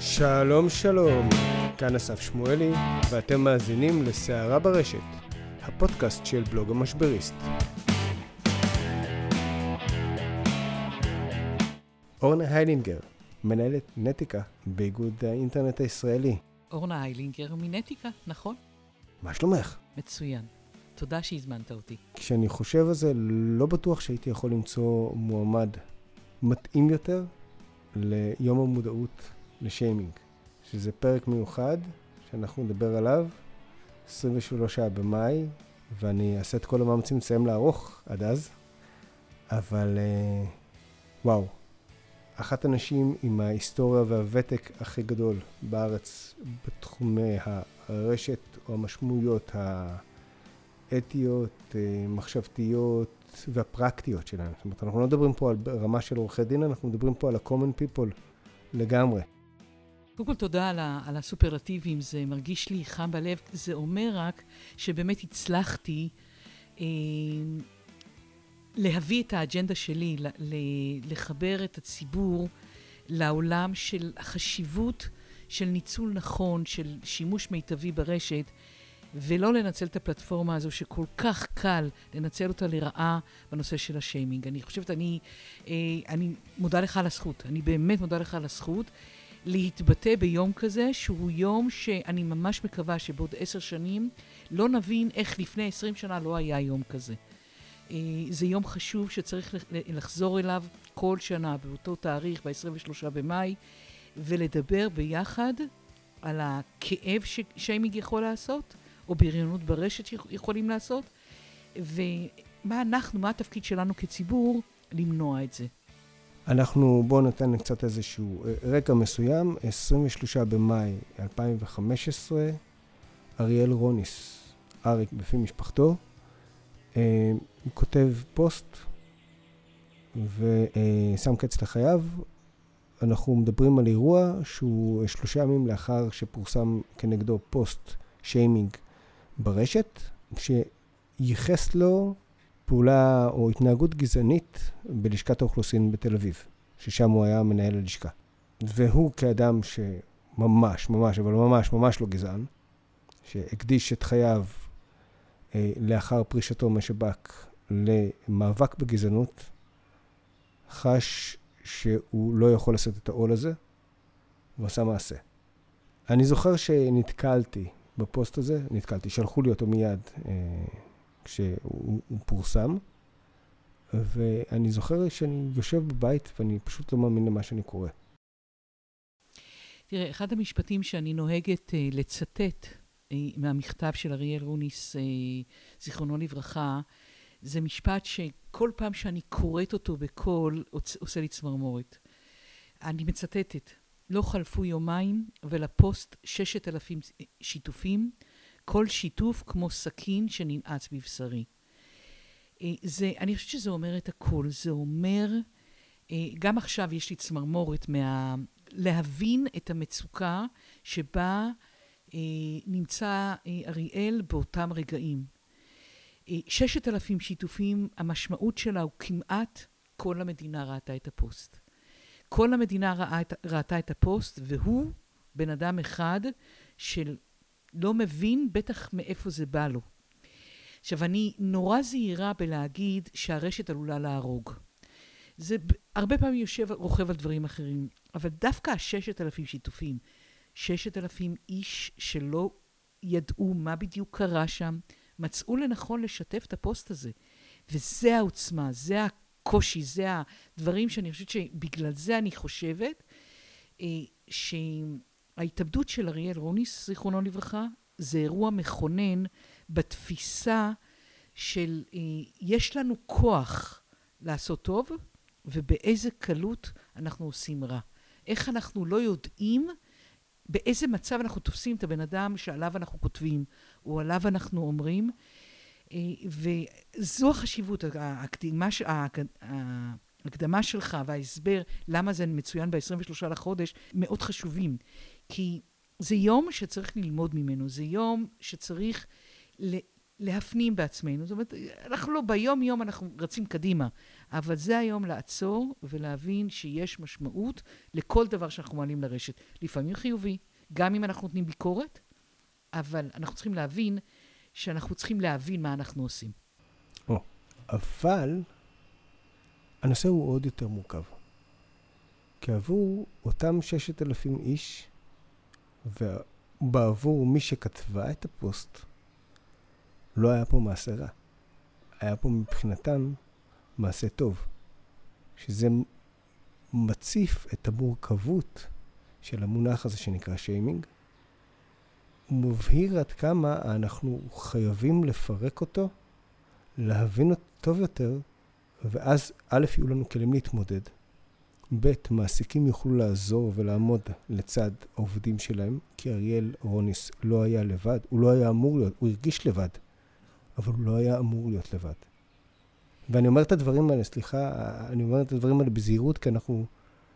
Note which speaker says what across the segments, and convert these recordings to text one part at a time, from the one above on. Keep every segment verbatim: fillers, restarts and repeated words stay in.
Speaker 1: שלום שלום, כאן אסף שמואלי, ואתם מאזינים לסערה ברשת, הפודקאסט של בלוג המשבריסט. אורנה היילינגר, מנהלת נטיקה באיגוד האינטרנט הישראלי.
Speaker 2: אורנה היילינגר מנטיקה, נכון?
Speaker 1: מה שלומך?
Speaker 2: מצוין. תודה שהזמנת אותי.
Speaker 1: כשאני חושב על זה, לא בטוח שהייתי יכול למצוא מועמד מתאים יותר ליום המודעות לשיימינג, שזה פרק מיוחד שאנחנו נדבר עליו, עשרים ושלושה במאי, ואני אעשה את כל המאמצים לסיים לערוך עד אז, אבל וואו, אחת הנשים עם ההיסטוריה והוותק הכי גדול בארץ בתחומי הרשת או המשמעויות האתיות, מחשבתיות והפרקטיות שלנו. זאת אומרת, אנחנו לא מדברים פה על רמה של עורכי דין, אנחנו מדברים פה על ה-common people לגמרי.
Speaker 2: קודם כל תודה על, ה- על הסופרלטיבים, זה מרגיש לי חם בלב, זה אומר רק שבאמת הצלחתי אה, להביא את האג'נדה שלי, ל- ל- לחבר את הציבור לעולם של החשיבות של ניצול נכון, של שימוש מיטבי ברשת, ולא לנצל את הפלטפורמה הזו שכל כך קל לנצל אותה לרעה בנושא של השיימינג. אני חושבת, אני, אה, אני מודה לך על הזכות, אני באמת מודה לך על הזכות, להתבטא ביום כזה, שהוא יום שאני ממש מקווה שבעוד עשר שנים לא נבין איך לפני עשרים שנה לא היה יום כזה. זה יום חשוב שצריך לחזור אליו כל שנה, באותו תאריך, ב-עשרים ושלושה במאי, ולדבר ביחד על הכאב ששיימינג יכול לעשות, או בריונות ברשת שיכולים לעשות, ומה אנחנו, מה התפקיד שלנו כציבור למנוע את זה.
Speaker 1: אנחנו, בואו ניתן קצת איזשהו רקע מסוים. עשרים ושלושה במאי אלפיים וחמש עשרה, אריאל רוניס, אריק בפי משפחתו, הוא כותב פוסט ושם קץ לחייו. אנחנו מדברים על אירוע שהוא שלושה ימים לאחר שפורסם כנגדו פוסט שיימינג ברשת, שייחס לו פעולה או התנהגות גזענית בלשכת האוכלוסין בתל אביב, ששם הוא היה מנהל הלשכה. והוא כאדם שממש, ממש, אבל ממש, ממש לא גזען, שהקדיש את חייו אה, לאחר פרישתו משב"כ למאבק בגזענות, חש שהוא לא יכול לעשות את העול הזה, ועשה מעשה. אני זוכר שנתקלתי בפוסט הזה, נתקלתי, שלחו לי אותו מיד, אה, כשהוא פורסם, ואני זוכר שאני יושב בבית ואני פשוט לא מאמין למה שאני קורא.
Speaker 2: תראה, אחד המשפטים שאני נוהגת uh, לצטט uh, מהמכתב של אריאל רוניס, uh, זיכרונו לברכה, זה משפט שכל פעם שאני קוראת אותו בקול, עושה לי צמרמורת. אני מצטטת, לא חלפו יומיים ולפוסט ששת אלפים שיתופים, כל שיתוף כמו סכין שננעץ בבשרי. זה, אני חושבת שזה אומר את הכל. זה אומר, גם עכשיו יש לי צמרמורת מה... להבין את המצוקה שבה נמצא אריאל באותם רגעים. ששת אלפים שיתופים, המשמעות שלה הוא כמעט כל המדינה ראתה את הפוסט. כל המדינה ראה את, ראתה את הפוסט, והוא בן אדם אחד של... לא מבין בטח מאיפה זה בא לו. עכשיו, אני נורא זהירה בלהגיד שהרשת עלולה להרוג. זה הרבה פעמים יושב רוכב על דברים אחרים, אבל דווקא הששת אלפים שיתופים, ששת אלפים איש שלא ידעו מה בדיוק קרה שם, מצאו לנכון לשתף את הפוסט הזה. וזה העוצמה, זה הקושי, זה הדברים שאני חושבת שבגלל זה אני חושבת ש... ההתאבדות של אריאל רוניס, זיכרונו לברכה, זה אירוע מכונן בתפיסה של אה, יש לנו כוח לעשות טוב, ובאיזה קלות אנחנו עושים רע. איך אנחנו לא יודעים באיזה מצב אנחנו תופסים את הבן אדם שעליו אנחנו כותבים, או עליו אנחנו אומרים, אה, וזו החשיבות, ההקדמה, ההקדמה שלך וההסבר למה זה מצוין ב-עשרים ושלושה לחודש, מאוד חשובים. כי זה יום שצריך ללמוד ממנו, זה יום שצריך להפנים בעצמנו. זאת אומרת, אנחנו לא, ביום יום אנחנו רצים קדימה, אבל זה היום לעצור ולהבין שיש משמעות לכל דבר שאנחנו מעלים לרשת. לפעמים חיובי, גם אם אנחנו נותנים ביקורת, אבל אנחנו צריכים להבין שאנחנו צריכים להבין מה אנחנו עושים.
Speaker 1: או, אבל הנושא הוא עוד יותר מורכב. כי עבור אותם ששת אלפים איש, ובעבור מי שכתבה את הפוסט, לא היה פה מעשה רע. היה פה מבחינתם מעשה טוב. שזה מציף את המורכבות של המונח הזה שנקרא שיימינג. הוא מבהיר עד כמה אנחנו חייבים לפרק אותו, להבין אותו טוב יותר, ואז א' יהיו לנו כלים להתמודד. ב' מעסיקים יוכלו לעזור ולעמוד לצד העובדים שלהם, כי אריאל רוניס לא היה לבד, הוא לא היה אמור להיות, הוא הרגיש לבד, אבל הוא לא היה אמור להיות לבד. ואני אומר את הדברים האלה, סליחה, אני אומר את הדברים האלה בזהירות, כי אנחנו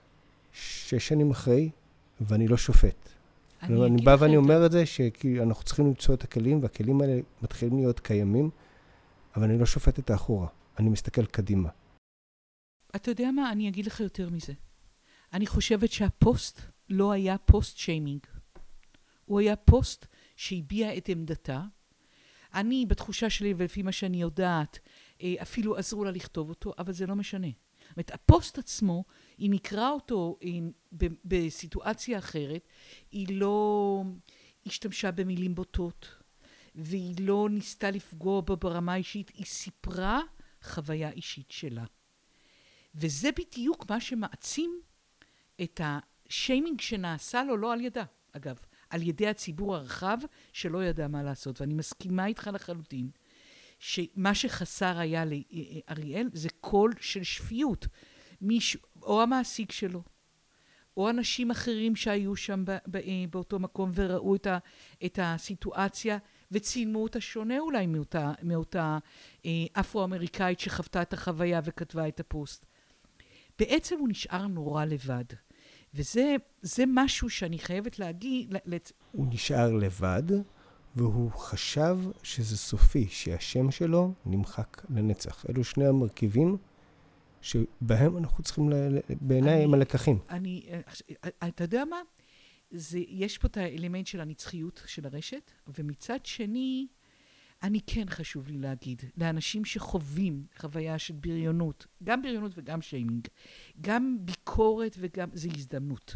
Speaker 1: שש שנים אחרי, ואני לא שופט. אני, אני בא ואני אומר את זה, שאנחנו צריכים למצוא את הכלים, והכלים האלה מתחילים להיות קיימים, אבל אני לא שופט את האחורה, אני מסתכל קדימה.
Speaker 2: אתה יודע מה? אני אגיד לך יותר מזה. אני חושבת שהפוסט לא היה פוסט שיימינג. הוא היה פוסט שהביע את עמדתה. אני, בתחושה שלי ולפי מה שאני יודעת, אפילו עזרו לה לכתוב אותו, אבל זה לא משנה. זאת אומרת, הפוסט עצמו, אם נקרא אותו בסיטואציה אחרת, היא לא השתמשה במילים בוטות, והיא לא ניסתה לפגוע בה ברמה אישית, היא סיפרה חוויה אישית שלה. וזה בדיוק מה שמעצים את השיימינג שנעשה לו, לא על ידה, אגב, על ידי הציבור הרחב שלא ידע מה לעשות. ואני מסכימה איתך לחלוטין, שמה שחסר היה לאריאל זה קול של שפיות. מישהו, או המעסיק שלו, או אנשים אחרים שהיו שם באותו מקום וראו את, ה, את הסיטואציה, וצילמו אותה שונה אולי מאותה, מאותה אפרו-אמריקאית שחוותה את החוויה וכתבה את הפוסט. בעצם הוא נשאר נורא לבד. וזה זה משהו שאני חייבת להגיד. לת...
Speaker 1: הוא נשאר לבד, והוא חשב שזה סופי, שהשם שלו נמחק לנצח. אלו שני המרכיבים שבהם אנחנו צריכים, בעיניי, עם הלקחים.
Speaker 2: אני, אתה יודע מה? זה, יש פה את האלמנט של הנצחיות של הרשת, ומצד שני, אני כן חשוב לי להגיד, לאנשים שחווים חוויה של בריונות, גם בריונות וגם שיימינג, גם ביקורת וגם, זה הזדמנות.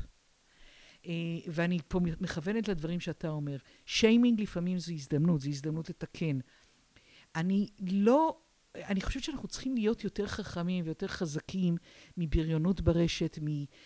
Speaker 2: ואני פה מכוונת לדברים שאתה אומר, שיימינג לפעמים זו הזדמנות, זו הזדמנות לתקן. אני לא, אני חושבת שאנחנו צריכים להיות יותר חכמים ויותר חזקים מבריונות ברשת,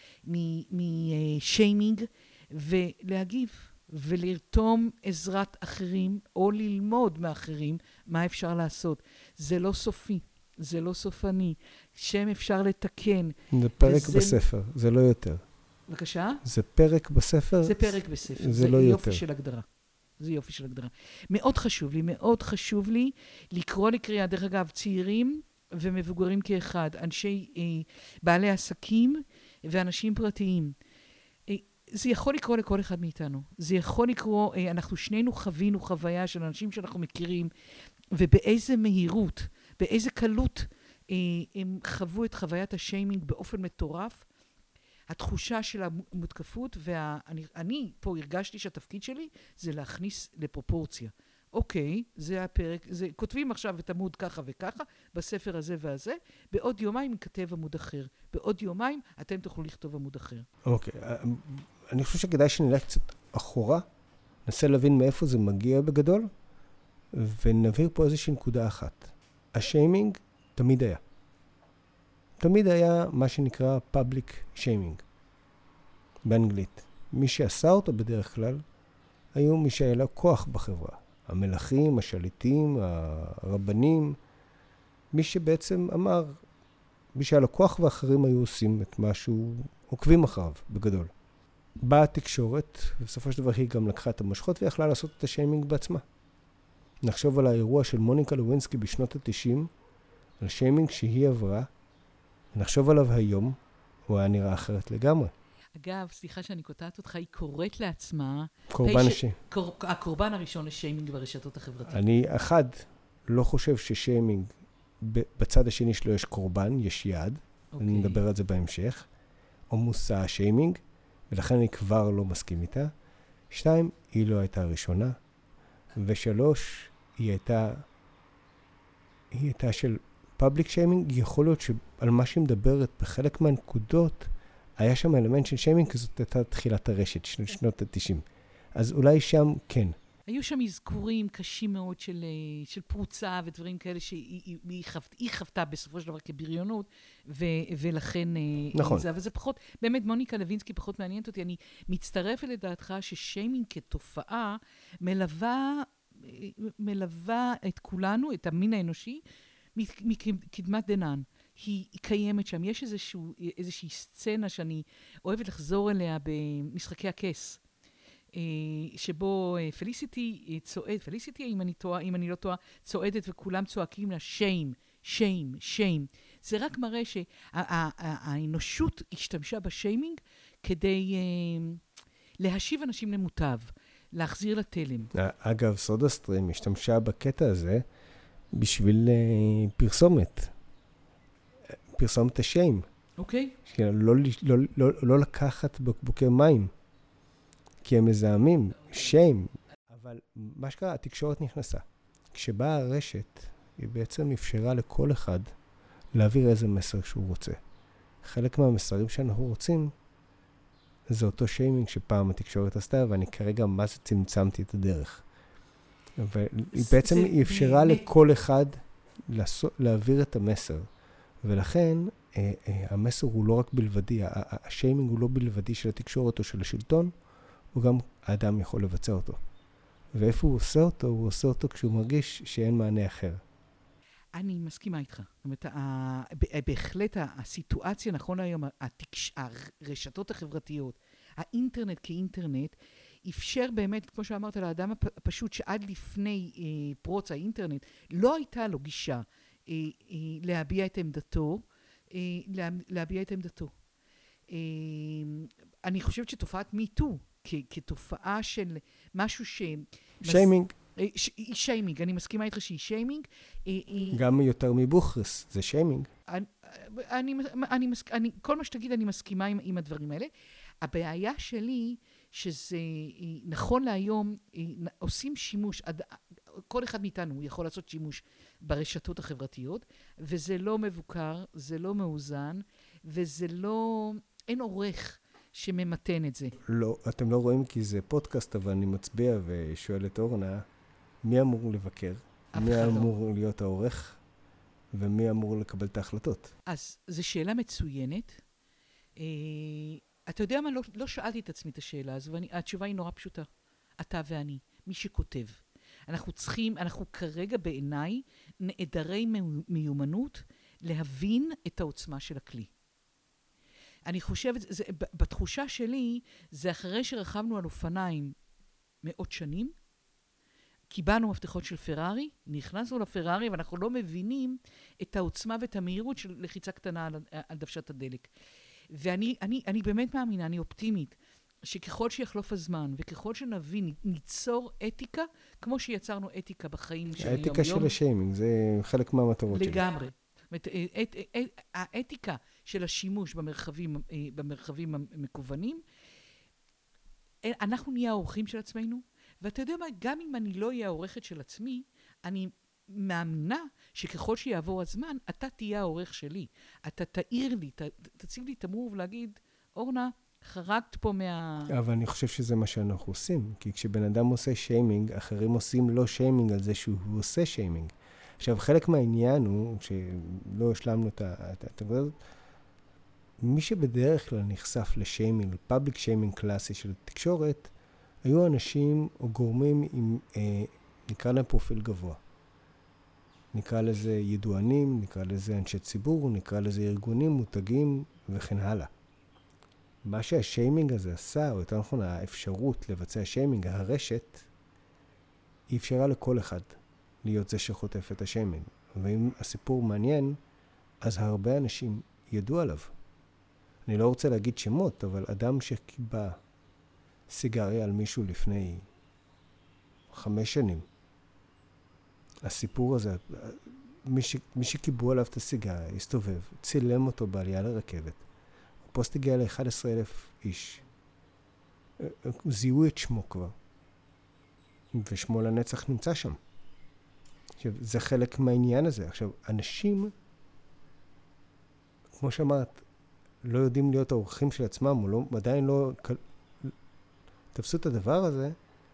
Speaker 2: משיימינג, ולהגיב ולרתום עזרת אחרים או ללמוד מאחרים מה אפשר לעשות. זה לא סופי, זה לא סופני, שם אפשר לתקן.
Speaker 1: זה פרק וזה... בספר, זה לא יותר.
Speaker 2: בבקשה?
Speaker 1: זה פרק בספר.
Speaker 2: זה פרק בספר,
Speaker 1: זה,
Speaker 2: זה
Speaker 1: לא
Speaker 2: יופי
Speaker 1: יותר.
Speaker 2: של הגדרה. זה יופי של הגדרה. מאוד חשוב לי, מאוד חשוב לי לקרוא לקריאה, דרך אגב, צעירים ומבוגרים כאחד, אנשי, אה, בעלי עסקים ואנשים פרטיים. אה, זה יכול לקרוא לכל אחד מאיתנו. זה יכול לקרוא, אה, אנחנו שנינו חווינו חוויה של אנשים שאנחנו מכירים, ובאיזה מהירות, באיזה קלות אה, הם חוו את חוויית השיימינג באופן מטורף. התחושה של המותקפות, ואני אני פה הרגשתי שהתפקיד שלי זה להכניס לפרופורציה. אוקיי, זה הפרק, זה, כותבים עכשיו את עמוד ככה וככה, בספר הזה והזה, בעוד יומיים יכתב עמוד אחר. בעוד יומיים אתם תוכלו לכתוב עמוד אחר.
Speaker 1: אוקיי, אני חושב שכדאי שנלך קצת אחורה, ננסה להבין מאיפה זה מגיע בגדול, ונבהיר פה איזושהי נקודה אחת. השיימינג תמיד היה. תמיד היה מה שנקרא public shaming באנגלית. מי שעשה אותו בדרך כלל היו מי שהיה לו כוח בחברה. המלכים, השליטים, הרבנים, מי שבעצם אמר, מי שהיה לו כוח ואחרים היו עושים את משהו, עוקבים אחריו בגדול. באה התקשורת, ובסופו של דבר היא גם לקחה את המשכות ויכלה לעשות את השיימינג בעצמה. נחשוב על האירוע של מוניקה לווינסקי בשנות ה-תשעים, על שיימינג שהיא עברה, נחשוב עליו היום, הוא היה נראה אחרת לגמרי.
Speaker 2: אגב, סליחה שאני קוטעת אותך, היא קוראת לעצמה...
Speaker 1: קורבן השם.
Speaker 2: קור... הקורבן הראשון לשיימינג ברשתות החברתיות.
Speaker 1: אני, אחד, לא חושב ששיימינג, בצד השני שלו יש קורבן, יש יעד, okay. אני מדבר על זה בהמשך, או מושא שיימינג, ולכן אני כבר לא מסכים איתה. שתיים, היא לא הייתה הראשונה, ושלוש, היא הייתה, היא הייתה של פאבליק שיימינג. יכול להיות שעל מה שהיא מדברת בחלק מהנקודות, היה שם אלמנט של שיימינג, כי זאת הייתה תחילת הרשת, של שנות ה-תשעים. אז אולי שם כן.
Speaker 2: היו שם אזכורים קשים מאוד של, של פרוצה ודברים כאלה שהיא היא חוות, היא חוותה בסופו של דבר כבריונות, ו, ולכן...
Speaker 1: נכון.
Speaker 2: זה, אבל זה פחות, באמת מוניקה לוינסקי פחות מעניינת אותי. אני מצטרפת לדעתך ששיימינג כתופעה מלווה, מלווה את כולנו, את המין האנושי, מקדמת דנן. היא, היא קיימת שם. יש איזשהו, איזושהי סצנה שאני אוהבת לחזור אליה במשחקי הכס. שבו פליסיטי צועד, פליסיטי, אם אני טועה, אם אני לא טועה, צועדת וכולם צועקים לה שיים, שיים, שיים. זה רק מראה שהאנושות השתמשה בשיימינג כדי להשיב אנשים למוטב, להחזיר לתלם.
Speaker 1: אגב, סודה סטרים השתמשה בקטע הזה בשביל פרסומת. פרסומת השיים.
Speaker 2: אוקיי.
Speaker 1: לא, לא, לא, לא לקחת בקבוקי מים. כי הם מזהמים, שיים. אבל מה שקרה, התקשורת נכנסה. כשבאה הרשת, היא בעצם אפשרה לכל אחד להעביר איזה מסר שהוא רוצה. חלק מהמסרים שאנחנו רוצים, זה אותו שיימינג שפעם התקשורת עשתה, ואני כרגע מה זה צמצמתי את הדרך. ובעצם היא אפשרה לכל אחד להעביר את המסר. ולכן, המסר הוא לא רק בלבדי, השיימינג הוא לא בלבדי של התקשורת או של השלטון, הוא גם האדם יכול לבצע אותו. ואיפה הוא עושה אותו? הוא עושה אותו כשהוא מרגיש שאין מענה אחר.
Speaker 2: אני מסכימה איתך. זאת אומרת, בהחלט הסיטואציה, נכון היום, הרשתות החברתיות, האינטרנט כאינטרנט, אפשר באמת, כמו שאמרת, לאדם הפשוט שעד לפני פרוץ האינטרנט, לא הייתה לו גישה להביע את עמדתו, להביע את עמדתו. אני חושבת שתופעת מיטו, כתופעה של משהו ש...
Speaker 1: שיימינג.
Speaker 2: היא שיימינג, אני מסכימה איתך שהיא שיימינג.
Speaker 1: גם יותר מבוכרס, זה שיימינג.
Speaker 2: כל מה שתגיד אני מסכימה עם הדברים האלה. הבעיה שלי שזה נכון להיום, עושים שימוש, כל אחד מאיתנו יכול לעשות שימוש ברשתות החברתיות, וזה לא מבוקר, זה לא מאוזן, וזה לא... אין עורך שממתן את זה.
Speaker 1: לא, אתם לא רואים כי זה פודקאסט, אבל אני מצביע ושואל את אורנה, מי אמור לבקר? מי אמור להיות העורך? ומי אמור לקבל את ההחלטות?
Speaker 2: אז זו שאלה מצוינת. אתה יודע מה? לא, לא שאלתי את עצמי את השאלה הזו, והתשובה היא נורא פשוטה. אתה ואני, מי שכותב. אנחנו צריכים, אנחנו כרגע בעיניי נעדרי מיומנות להבין את העוצמה של הכלי. אני חושבת, זה, בתחושה שלי, זה אחרי שרכבנו על אופניים מאות שנים, קיבלנו מפתחות של פרארי, נכנסנו לפרארי, ואנחנו לא מבינים את העוצמה ואת המהירות של לחיצה קטנה על, על דוושת הדלק. ואני אני, אני באמת מאמינה, אני אופטימית, שככל שיחלוף הזמן, וככל שנבין, ניצור אתיקה, כמו שיצרנו אתיקה בחיים של יום-יום.
Speaker 1: האתיקה של השיימינג, זה חלק מהמטרות שלי.
Speaker 2: לגמרי. האתיקה של השימוש במרחבים, במרחבים המקוונים, אנחנו נהיה העורכים של עצמנו, ואתה יודע מה, גם אם אני לא אהיה העורכת של עצמי, אני מאמינה שככל שיעבור הזמן, אתה תהיה העורך שלי. אתה תעיר לי, ת, תציב לי תמרור ולהגיד, אורנה, חרגת פה מה... אבל
Speaker 1: אני חושב שזה מה שאנחנו עושים, כי כשבן אדם עושה שיימינג, אחרים עושים לא שיימינג על זה שהוא עושה שיימינג. עכשיו, חלק מהעניין הוא, שלא השלמנו את הדבר הזאת, מי שבדרך כלל נחשף לשיימינג, פאבליק שיימינג קלאסי של תקשורת, היו אנשים או גורמים עם, אה, נקרא להם פרופיל גבוה. נקרא לזה ידוענים, נקרא לזה אנשי ציבור, נקרא לזה ארגונים, מותגים וכן הלאה. מה שהשיימינג הזה עשה, או יותר נכון, האפשרות לבצע שיימינג, הרשת, היא אפשרה לכל אחד להיות זה שחוטף את השיימינג. ואם הסיפור מעניין, אז הרבה אנשים ידעו עליו. אני לא רוצה להגיד שמות, אבל אדם שקיבה סיגריה על מישהו לפני חמש שנים, הסיפור הזה, מי, ש, מי שקיבו עליו את הסיגריה, הסתובב, צילם אותו בעלייה לרכבת. הפוסט הגיע ל-אחד עשר אלף איש. זיהו את שמו כבר. ושמו לנצח נמצא שם. עכשיו, זה חלק מהעניין הזה. עכשיו, אנשים, כמו שאמרת, לא יודעים להיות האורחים של עצמם, או לא, עדיין לא תפסו את הדבר הזה.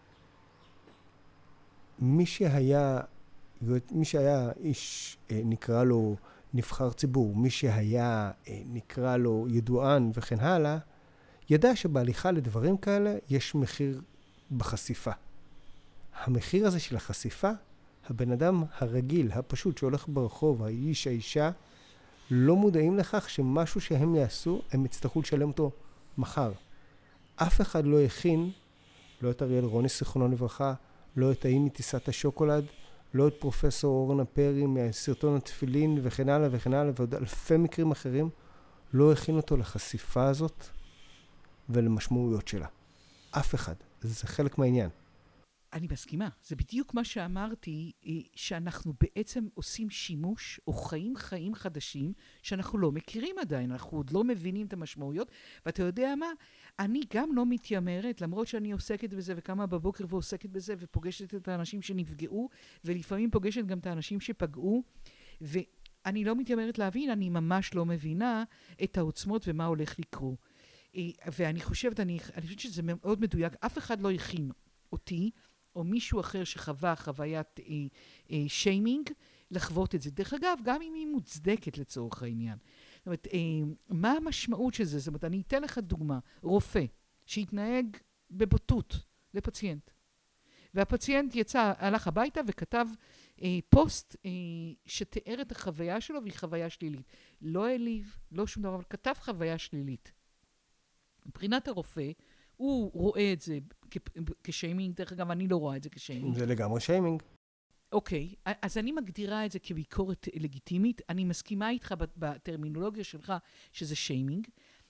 Speaker 1: מי שהיה, מי שהיה איש, נקרא לו נבחר ציבור, מי שהיה, נקרא לו ידוען וכן הלאה, ידע שבהליכה לדברים כאלה יש מחיר בחשיפה. המחיר הזה של החשיפה, הבן אדם הרגיל, הפשוט שהולך ברחוב, האיש, האישה, לא מודעים לכך שמשהו שהם יעשו, הם יצטרכו לשלם אותו מחר. אף אחד לא הכין, לא את אריאל רוניס זיכרונו לברכה, לא את ההיא מטיסת השוקולד, לא את פרופסור אורנה פרי מהסרטון התפילין וכן הלאה וכן הלאה, ועוד אלפי מקרים אחרים, לא הכין אותו לחשיפה הזאת ולמשמעויות שלה. אף אחד. זה חלק מהעניין.
Speaker 2: אני מסכימה. זה בדיוק מה שאמרתי, שאנחנו בעצם עושים שימוש או חיים חיים חדשים שאנחנו לא מכירים עדיין. אנחנו עוד לא מבינים את המשמעויות. ואתה יודע מה? אני גם לא מתיימרת, למרות שאני עוסקת בזה וקמה בבוקר ועוסקת בזה ופוגשת את האנשים שנפגעו, ולפעמים פוגשת גם את האנשים שפגעו, ואני לא מתיימרת להבין, אני ממש לא מבינה את העוצמות ומה הולך לקרות. ואני חושבת, אני, אני חושבת שזה מאוד מדויק. אף אחד לא הכין אותי, או מישהו אחר שחווה חוויית אה, אה, שיימינג, לחוות את זה. דרך אגב, גם אם היא מוצדקת לצורך העניין. זאת אומרת, אה, מה המשמעות של זה? זאת אומרת, אני אתן לך דוגמה. רופא שהתנהג בבוטות לפציינט. והפציינט יצא, הלך הביתה וכתב אה, פוסט אה, שתיאר את החוויה שלו, והיא חוויה שלילית. לא העליב, לא שום דבר, אבל כתב חוויה שלילית. מבחינת הרופא, הוא רואה את זה כשיימינג, דרך אגב, אני לא רואה את זה כשיימינג.
Speaker 1: זה לגמרי שיימינג.
Speaker 2: אוקיי, אז אני מגדירה את זה כביקורת לגיטימית, אני מסכימה איתך בטרמינולוגיה שלך שזה שיימינג.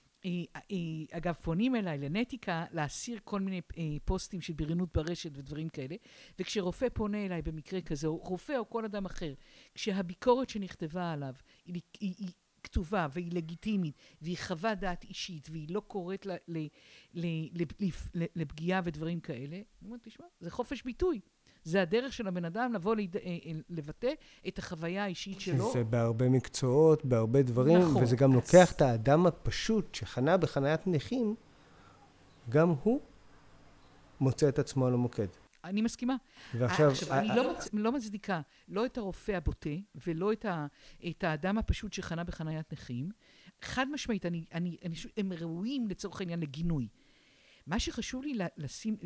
Speaker 2: אגב, פונים אליי לנטיקה להסיר כל מיני פוסטים של בריונות ברשת ודברים כאלה, וכשרופא פונה אליי במקרה כזה, או רופא או כל אדם אחר, כשהביקורת שנכתבה עליו היא, היא, היא כתובה והיא לגיטימית, והיא חווה דעת אישית, והיא לא קוראת ל, ל, ל, ל, ל, לפגיעה ודברים כאלה, אני אומרת, תשמע, זה חופש ביטוי. זה הדרך של הבן אדם לבוא ליד, לבטא את החוויה האישית שלו.
Speaker 1: זה בהרבה מקצועות, בהרבה דברים,
Speaker 2: נכון.
Speaker 1: וזה גם לוקח את האדם הפשוט שחנה בחניית נכים, גם הוא מוצא את עצמו על המוקד.
Speaker 2: אני מסכימה.
Speaker 1: ועכשיו...
Speaker 2: עכשיו, אני לא, מצ... לא מצדיקה, לא את הרופא הבוטה, ולא את, ה... את האדם הפשוט שחנה בחניית נכים. חד משמעית, אני, אני, אני... הם ראויים לצורך העניין לגינוי. מה שחשוב לי לשים,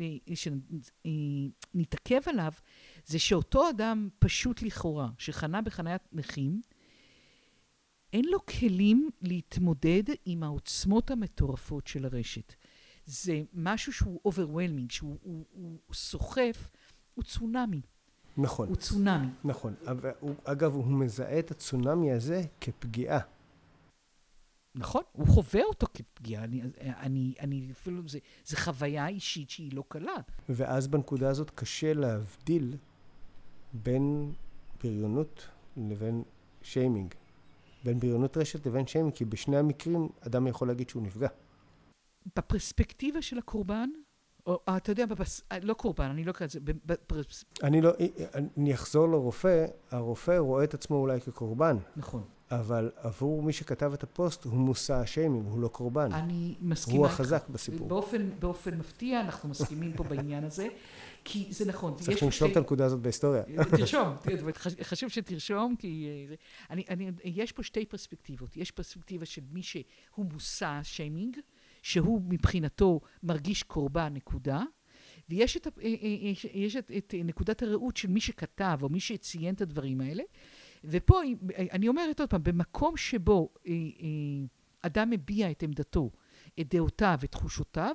Speaker 2: שנתעכב עליו, זה שאותו אדם פשוט לכאורה, שחנה בחניית נכים, אין לו כלים להתמודד עם העוצמות המטורפות של הרשת. זה משהו שהוא overwhelming, שהוא הוא, הוא, הוא סוחף, הוא צונאמי.
Speaker 1: נכון.
Speaker 2: הוא צונאמי.
Speaker 1: נכון. אגב, הוא מזהה את הצונאמי הזה כפגיעה.
Speaker 2: נכון, הוא חווה אותו כפגיעה, אני, אני, אני, אפילו, זה, זה חוויה אישית שהיא לא קלה.
Speaker 1: ואז בנקודה הזאת קשה להבדיל בין בריונות לבין שיימינג. בין בריונות רשת לבין שיימינג, כי בשני המקרים אדם יכול להגיד שהוא נפגע.
Speaker 2: בפרספקטיבה של הקורבן, או אתה יודע, בפס, לא קורבן, אני לא קורא את זה, בפרס...
Speaker 1: אני לא, אני אחזור לרופא, הרופא רואה את עצמו אולי כקורבן.
Speaker 2: נכון.
Speaker 1: אבל עבור מי שכתב את הפוסט, הוא מושא השיימינג, הוא לא קורבן.
Speaker 2: אני מסכימה.
Speaker 1: הוא החזק בסיפור.
Speaker 2: באופן, באופן מפתיע, אנחנו מסכימים פה בעניין הזה, כי זה נכון.
Speaker 1: צריך לנשום את הנקודה הזאת בהיסטוריה.
Speaker 2: תרשום, חשוב שתרשום, כי אני, אני, יש פה שתי פרספקטיבות. יש פרספקטיבה של מי שהוא מושא שיימינג, שהוא מבחינתו מרגיש קורבן נקודה, ויש את, יש את, את נקודת הראות של מי שכתב, או מי שציין את הדברים האלה, ופה אני אומרת עוד פעם, במקום שבו אה, אה, אדם מביע את עמדתו, את דעותיו ואת תחושותיו,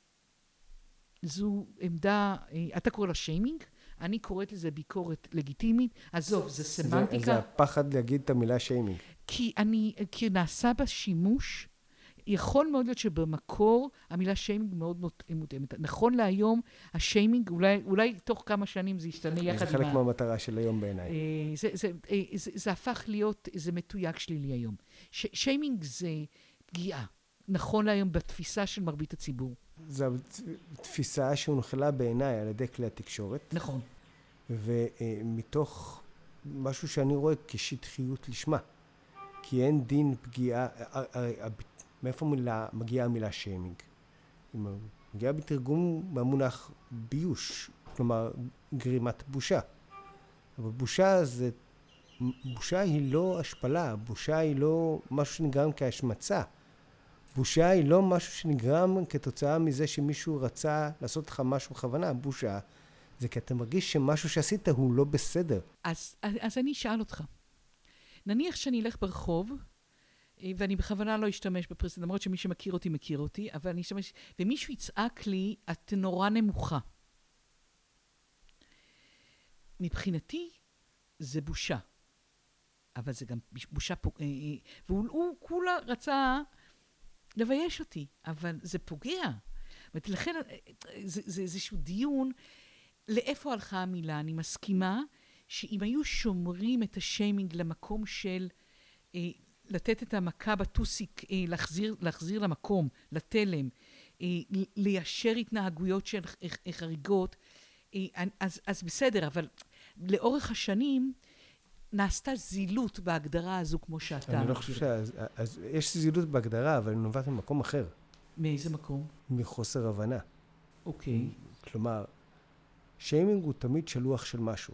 Speaker 2: זו עמדה, אה, אתה קורא לה שיימינג, אני קוראת לזה ביקורת לגיטימית, עזוב, זה סמנטיקה.
Speaker 1: זה, זה הפחד להגיד את המילה שיימינג.
Speaker 2: כי, אני, כי נעשה בה שימוש, יכול מאוד להיות שבמקור המילה שיימינג מאוד מותאמת. נכון להיום, השיימינג, אולי, אולי תוך כמה שנים זה ישתנה יחד עם ה...
Speaker 1: זה חלק מהמטרה של היום בעיניי.
Speaker 2: זה, זה, זה, זה, זה הפך להיות, זה מתויג שלילי היום. ש, שיימינג זה פגיעה. נכון להיום בתפיסה של מרבית הציבור.
Speaker 1: זו תפיסה שהונחלה בעיניי על ידי כלי התקשורת.
Speaker 2: נכון.
Speaker 1: ומתוך משהו שאני רואה כשטחיות לשמה. כי אין דין פגיעה, מאיפה מילה, מגיעה המילה שיימינג? מגיעה בתרגום מהמונח ביוש, כלומר גרימת בושה. אבל בושה זה, בושה היא לא השפלה, בושה היא לא משהו שנגרם כהשמצה. בושה היא לא משהו שנגרם כתוצאה מזה שמישהו רצה לעשות לך משהו בכוונה. בושה זה כי אתה מרגיש שמשהו שעשית הוא לא בסדר.
Speaker 2: אז, אז אני אשאל אותך. נניח שאני אלך ברחוב, ואני בכוונה לא אשתמש בפרסית, למרות שמי שמכיר אותי מכיר אותי, אבל אני אשתמש, ומישהו יצעק לי, את נורא נמוכה. מבחינתי זה בושה. אבל זה גם בושה פה, והוא הוא כולה רצה לבייש אותי, אבל זה פוגע. ולכן זה, זה איזשהו דיון, לאיפה הלכה המילה? אני מסכימה שאם היו שומרים את השיימינג למקום של אה, לתת את המכה בטוסיק, אה, להחזיר, להחזיר למקום, לתלם, אה, ליישר התנהגויות של חריגות, אה, אז, אז בסדר, אבל לאורך השנים נעשתה זילות בהגדרה הזו כמו שאתה.
Speaker 1: אני לא חושב ש... אז יש זילות בהגדרה, אבל היא נובעת ממקום אחר.
Speaker 2: מאיזה מקום?
Speaker 1: מחוסר הבנה.
Speaker 2: אוקיי.
Speaker 1: כלומר, שיימינג הוא תמיד שלוח של משהו.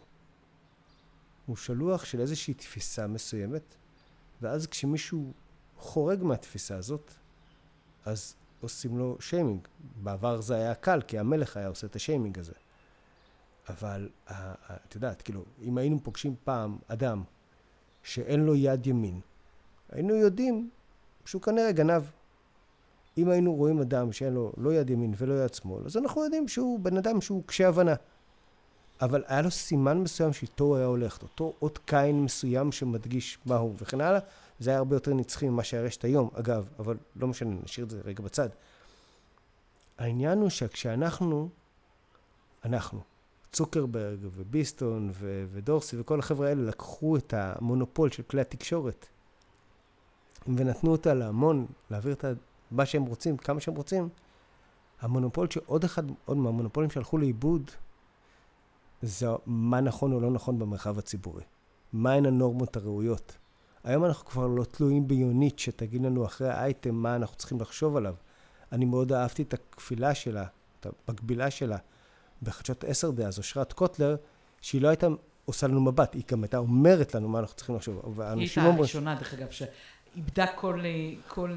Speaker 1: הוא שלוח של איזושהי תפיסה מסוימת, ואז כשמישהו חורג מהתפיסה הזאת, אז עושים לו שיימינג. בעבר זה היה קל, כי המלך היה עושה את השיימינג הזה. אבל, את יודעת, כאילו, אם היינו פוגשים פעם אדם שאין לו יד ימין, היינו יודעים שהוא כנראה גנב. אם היינו רואים אדם שאין לו לא יד ימין ולא יד שמאל, אז אנחנו יודעים שהוא בן אדם שהוא קשה הבנה. אבל היה לו סימן מסוים שאיתו הוא היה הולך, אותו אות קין מסוים שמדגיש מהו וכן הלאה. זה היה הרבה יותר נצחי ממה שהרשת היום, אגב, אבל לא משנה, נשאיר את זה רגע בצד. העניין הוא שכשאנחנו, אנחנו, צוקרברג וביסטון ו- ודורסי וכל החבר'ה האלה לקחו את המונופול של כלי התקשורת ונתנו אותה להמון, להעביר את מה שהם רוצים, כמה שהם רוצים, המונופול שעוד אחד, עוד מהמונופולים שהלכו לאיבוד, זה מה נכון או לא נכון במרחב הציבורי. מהן הנורמות הראויות. היום אנחנו כבר לא תלויים ביונית שתגיד לנו אחרי האייטם מה אנחנו צריכים לחשוב עליו. אני מאוד אהבתי את הכפילה שלה, את המקבילה שלה, בחדשות עשר דאז, אושרת קוטלר, שהיא לא הייתה עושה לנו מבט, היא גם הייתה אומרת לנו מה אנחנו צריכים לחשוב.
Speaker 2: היא הייתה הראשונה, דרך אגב, שאיבדה כל... כל...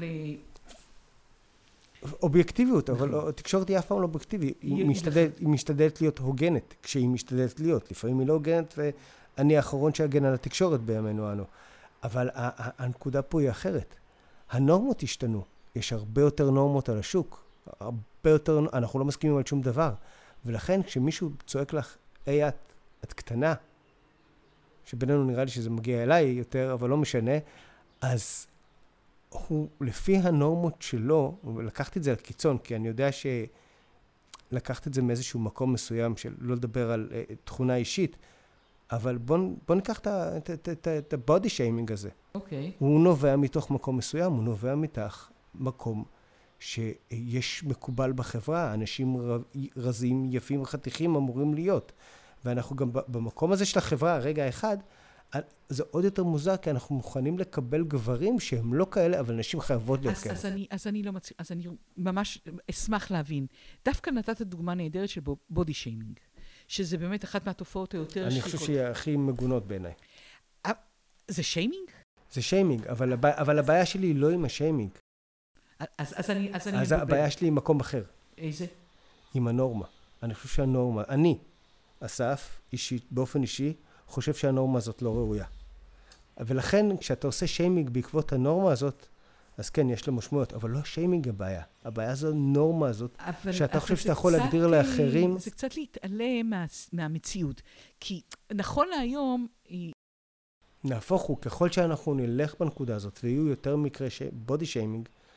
Speaker 1: אובייקטיביות, אבל תקשורת היא אף פעם לא אובייקטיבית. היא משתדלת להיות הוגנת, כשהיא משתדלת להיות. לפעמים היא לא הוגנת, ואני האחרון שאגן על התקשורת בימינו אנו. אבל הנקודה פה היא אחרת. הנורמות השתנו. יש הרבה יותר נורמות על השוק. הרבה יותר, אנחנו לא מסכימים על שום דבר. ולכן כשמישהו צועק לך, היי את, את קטנה, שבינינו נראה לי שזה מגיע אליי יותר, אבל לא משנה, אז הוא, לפי הנורמות שלו, לקחתי את זה לקיצון, כי אני יודע שלקחת את זה מאיזשהו מקום מסוים, של לא לדבר על uh, תכונה אישית, אבל בוא, בוא ניקח את הבודי שיימינג הזה.
Speaker 2: אוקיי. Okay.
Speaker 1: הוא נובע מתוך מקום מסוים, הוא נובע מתוך מקום שיש מקובל בחברה, אנשים רזים, יפים וחתיכים אמורים להיות. ואנחנו גם במקום הזה של החברה, רגע אחד, זה עוד יותר מוזר, כי אנחנו מוכנים לקבל גברים שהם לא כאלה, אבל נשים חייבות להיות
Speaker 2: אז,
Speaker 1: כאלה.
Speaker 2: אז אני, אז אני לא מצ... אז אני ממש אשמח להבין. דווקא נתת דוגמה נהדרת של בודי שיימינג, שזה באמת אחת מהתופעות היותר
Speaker 1: אני חושב שהיא הכי מגונות בעיניי.
Speaker 2: זה שיימינג?
Speaker 1: זה שיימינג, אבל, הבע... אבל הבעיה שלי היא לא עם השיימינג.
Speaker 2: אז, אז אני... אז, אני
Speaker 1: אז הבעיה שלי היא מקום אחר.
Speaker 2: איזה?
Speaker 1: עם הנורמה. אני חושב שהנורמה, אני, אסף, אישית, באופן אישי, חושב שהנורמה הזאת לא ראויה. ולכן, כשאתה עושה שיימינג בעקבות הנורמה הזאת, אז כן, יש לה משמעויות, אבל לא שיימינג הבעיה. הבעיה זו הנורמה הזאת, אבל, שאתה חושב שאתה יכול להגדיר לאחרים.
Speaker 2: זה קצת להתעלם מה, מהמציאות. כי נכון להיום... היא...
Speaker 1: נהפוך הוא, ככל שאנחנו נלך בנקודה הזאת, ויהיו יותר מקרי ש... בודי שיימינג,